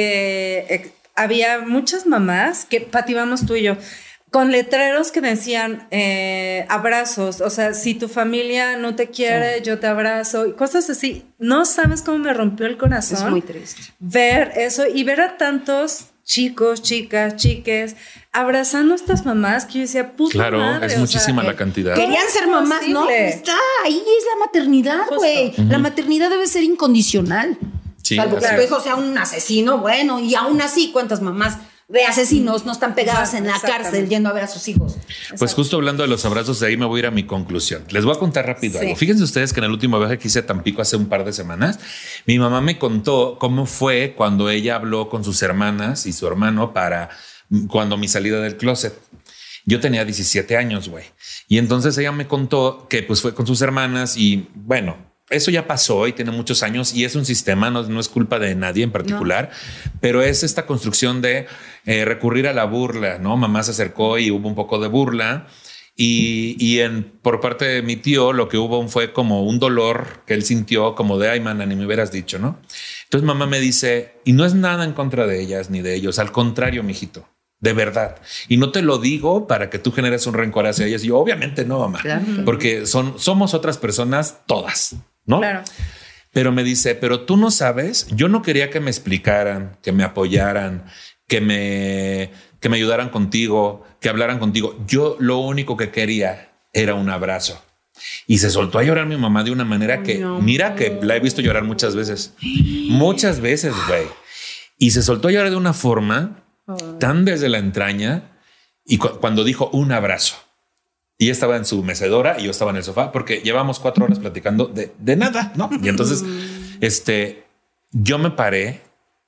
había muchas mamás que pativamos tú y yo con letreros que decían abrazos, o sea, si tu familia no te quiere, yo te abrazo, y cosas así. No sabes cómo me rompió el corazón. Es muy triste. Ver eso y ver a tantos chicos, chicas, chiques abrazando a estas mamás que yo decía, puta claro, madre, es muchísima la cantidad. Querían ser mamás, posible? ¿No? Está, ahí es la maternidad, güey. La maternidad debe ser incondicional. Sí, salvo que tu hijo sea un asesino, bueno, y aún así, ¿cuántas mamás de asesinos no están pegadas en la cárcel yendo a ver a sus hijos? Pues justo hablando de los abrazos, de ahí me voy a ir a mi conclusión. Les voy a contar rápido algo. Fíjense ustedes que en el último viaje que hice a Tampico hace un par de semanas, mi mamá me contó cómo fue cuando ella habló con sus hermanas y su hermano para cuando mi salida del closet. Yo tenía 17 años, güey. Y entonces ella me contó que pues fue con sus hermanas y bueno, eso ya pasó y tiene muchos años y es un sistema, no es culpa de nadie en particular, pero es esta construcción de recurrir a la burla, ¿no? Mamá se acercó y hubo un poco de burla y por parte de mi tío lo que hubo fue como un dolor que él sintió como de, ay, mana, ni me hubieras dicho, ¿no? Entonces mamá me dice, y no es nada en contra de ellas ni de ellos, al contrario, mijito. De verdad. Y no te lo digo para que tú generes un rencor hacia ellas. Y yo, obviamente no, mamá, porque somos otras personas todas, ¿no? Claro. Pero me dice, pero tú no sabes, yo no quería que me explicaran, que me apoyaran, que me ayudaran contigo, que hablaran contigo. Yo lo único que quería era un abrazo. Y se soltó a llorar mi mamá de una manera que, mira que la he visto llorar muchas veces, güey. Y se soltó a llorar de una forma tan desde la entraña y cuando dijo un abrazo y ella estaba en su mecedora y yo estaba en el sofá porque llevamos 4 horas platicando de nada, ¿no? Y entonces yo me paré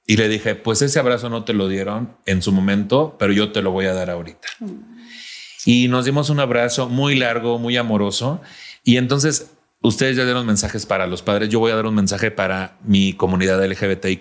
Y le dije, pues ese abrazo no te lo dieron en su momento, pero yo te lo voy a dar ahorita. Y nos dimos un abrazo muy largo, muy amoroso. Y entonces ustedes ya dieron mensajes para los padres. Yo voy a dar un mensaje para mi comunidad LGBTIQ+.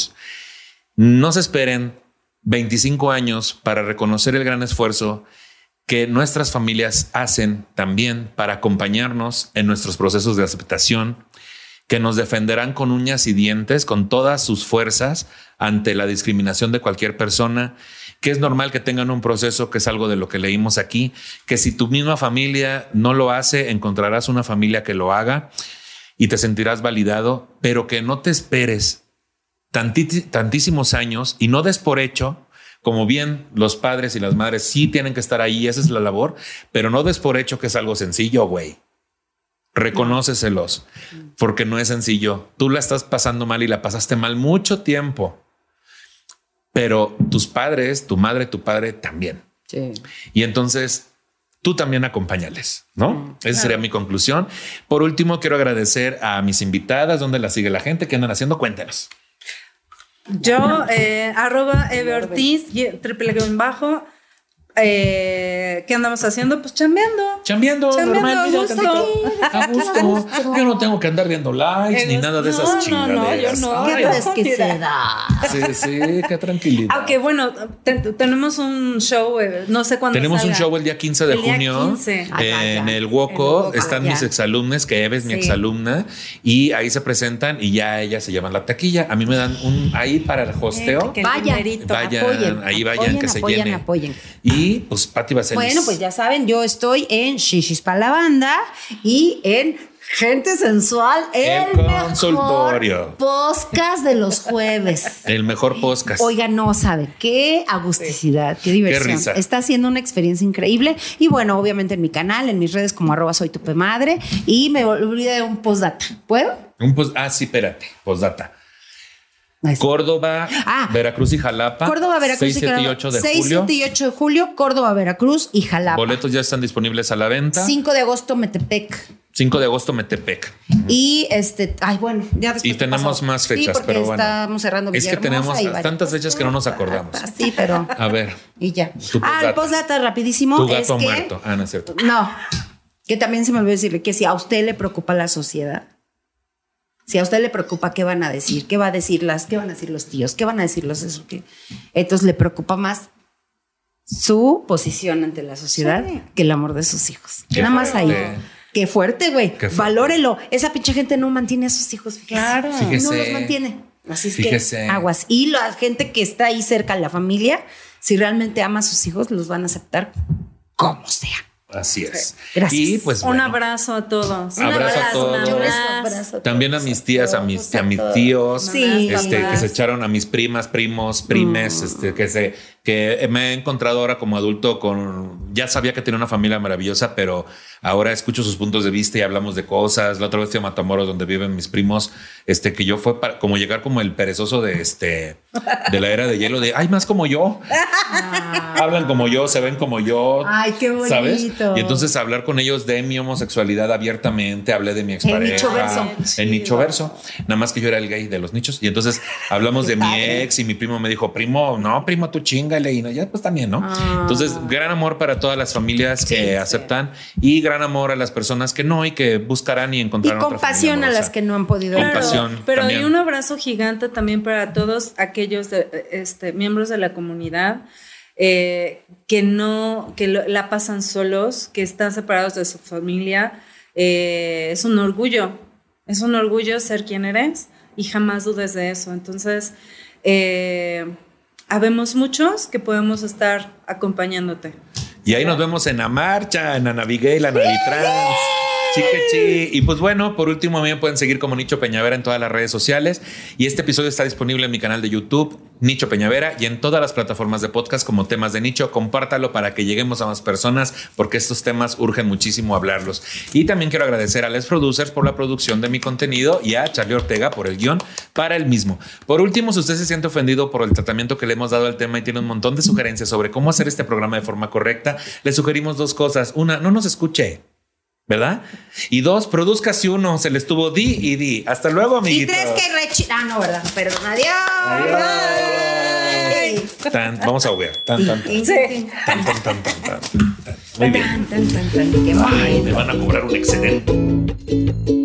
No se esperen 25 años para reconocer el gran esfuerzo que nuestras familias hacen también para acompañarnos en nuestros procesos de aceptación, que nos defenderán con uñas y dientes, con todas sus fuerzas ante la discriminación de cualquier persona, que es normal que tengan un proceso, que es algo de lo que leímos aquí, que si tu misma familia no lo hace, encontrarás una familia que lo haga y te sentirás validado, pero que no te esperes tantísimos años y no des por hecho, como bien los padres y las madres sí tienen que estar ahí, esa es la labor, pero no des por hecho que es algo sencillo, güey. Reconóceselos, porque no es sencillo. Tú la estás pasando mal y la pasaste mal mucho tiempo, pero tus padres, tu madre, tu padre también. Sí. Y entonces tú también acompáñales, ¿no? Esa sería mi conclusión. Por último, quiero agradecer a mis invitadas. ¿Dónde las sigue la gente? ¿Qué andan haciendo? Cuéntenos. Yo, @Eve Ortiz, _. ¿Qué andamos haciendo? Pues chambeando normal, a gusto. Yo no tengo que andar viendo lives ni nada de esas chingaderas. No, Qué fresquedad. Sí, qué tranquilidad. Aunque bueno, tenemos un show, no sé cuándo tenemos salga. un show el día 15 de junio 15. en el Woco. Están mis exalumnes, que Eve es mi exalumna, y ahí se presentan y ya ellas se llevan la taquilla. A mí me dan un ahí para el hosteo. Vayan, que se llene. Apoyen. Y pues Pati Vaselis. Bueno, pues ya saben, yo estoy en Shishis para la banda y en Gente Sensual, el consultorio. Mejor podcast de los jueves. El mejor podcast. Oiga, no sabe, qué agusticidad, qué diversión. Qué risa. Está siendo una experiencia increíble. Y bueno, obviamente en mi canal, en mis redes como @soytupemadre. Y me olvidé de un postdata. ¿Puedo? Sí, espérate, postdata. Córdoba, Veracruz y Jalapa. Córdoba, Veracruz 6, 7 y 8 de 6, julio. 7 y 8 de julio, Córdoba, Veracruz y Jalapa. Boletos ya están disponibles a la venta. 5 de agosto, Metepec. 5 de agosto, Metepec. Y bueno, ya después. Y tenemos más fechas, sí, pero bueno. Estamos cerrando Es que tenemos tantas fechas que no nos acordamos. Sí, pero. A ver. Y ya. El el postdata rapidísimo. Tu gato muerto. No es cierto. No. Que también se me olvidó decirle que si a usted le preocupa la sociedad, si a usted le preocupa qué van a decir, qué van a decir los tíos, qué van a decir los eso, entonces le preocupa más su posición ante la sociedad que el amor de sus hijos. Nada más ahí. Qué fuerte, güey. Valórelo. Esa pinche gente no mantiene a sus hijos. Claro. Fíjese. No los mantiene. Así es Fíjese. que aguas. Y la gente que está ahí cerca de la familia, si realmente ama a sus hijos, los van a aceptar como sea. Así es. Gracias. Y pues un abrazo a todos. Abrazo a todos. También a mis tías, a mis tíos, Sí, que se echaron, a mis primas, primos, primes, que me he encontrado ahora como adulto ya sabía que tenía una familia maravillosa, pero ahora escucho sus puntos de vista y hablamos de cosas. La otra vez fui a Matamoros, donde viven mis primos, que yo fue para como llegar como el perezoso de la era de hielo, de hay más como yo. Hablan como yo, se ven como yo. Ay, qué bonito. ¿Sabes? Y entonces hablar con ellos de mi homosexualidad abiertamente, hablé de mi expareja. En Nichoverso. Nada más que yo era el gay de los nichos. Y entonces hablamos de mi ex y mi primo me dijo, primo, tú chingale. Y no, ya pues también, ¿no? Entonces, gran amor para todas las familias que aceptan y gran amor a las personas que no y que buscarán y encontrarán otra familia compasión a las que no han podido. Compasión. Pero también. hay un abrazo gigante también para todos aquellos miembros de la comunidad que la pasan solos, que están separados de su familia. Es un orgullo ser quien eres y jamás dudes de eso. Entonces, habemos muchos que podemos estar acompañándote. Y ahí nos vemos en la marcha, en Ana Miguel, Ana Trans. Chiquechi. Y pues bueno, por último, a mí me pueden seguir como Nicho Peñavera en todas las redes sociales. Y este episodio está disponible en mi canal de YouTube, Nicho Peñavera, y en todas las plataformas de podcast como Temas de Nicho. Compártalo para que lleguemos a más personas, porque estos temas urgen muchísimo hablarlos. Y también quiero agradecer a Les Producers por la producción de mi contenido y a Charlie Ortega por el guión para el mismo. Por último, si usted se siente ofendido por el tratamiento que le hemos dado al tema y tiene un montón de sugerencias sobre cómo hacer este programa de forma correcta, le sugerimos 2 cosas. Una, no nos escuche. ¿verdad? Y 2, produzcase uno, se le estuvo di y di. Hasta luego, amiguitos. Y 3, que no, ¿verdad? Perdón, adiós. Vamos a ver. Muy bien. Qué Ay, me van a cobrar un excedente.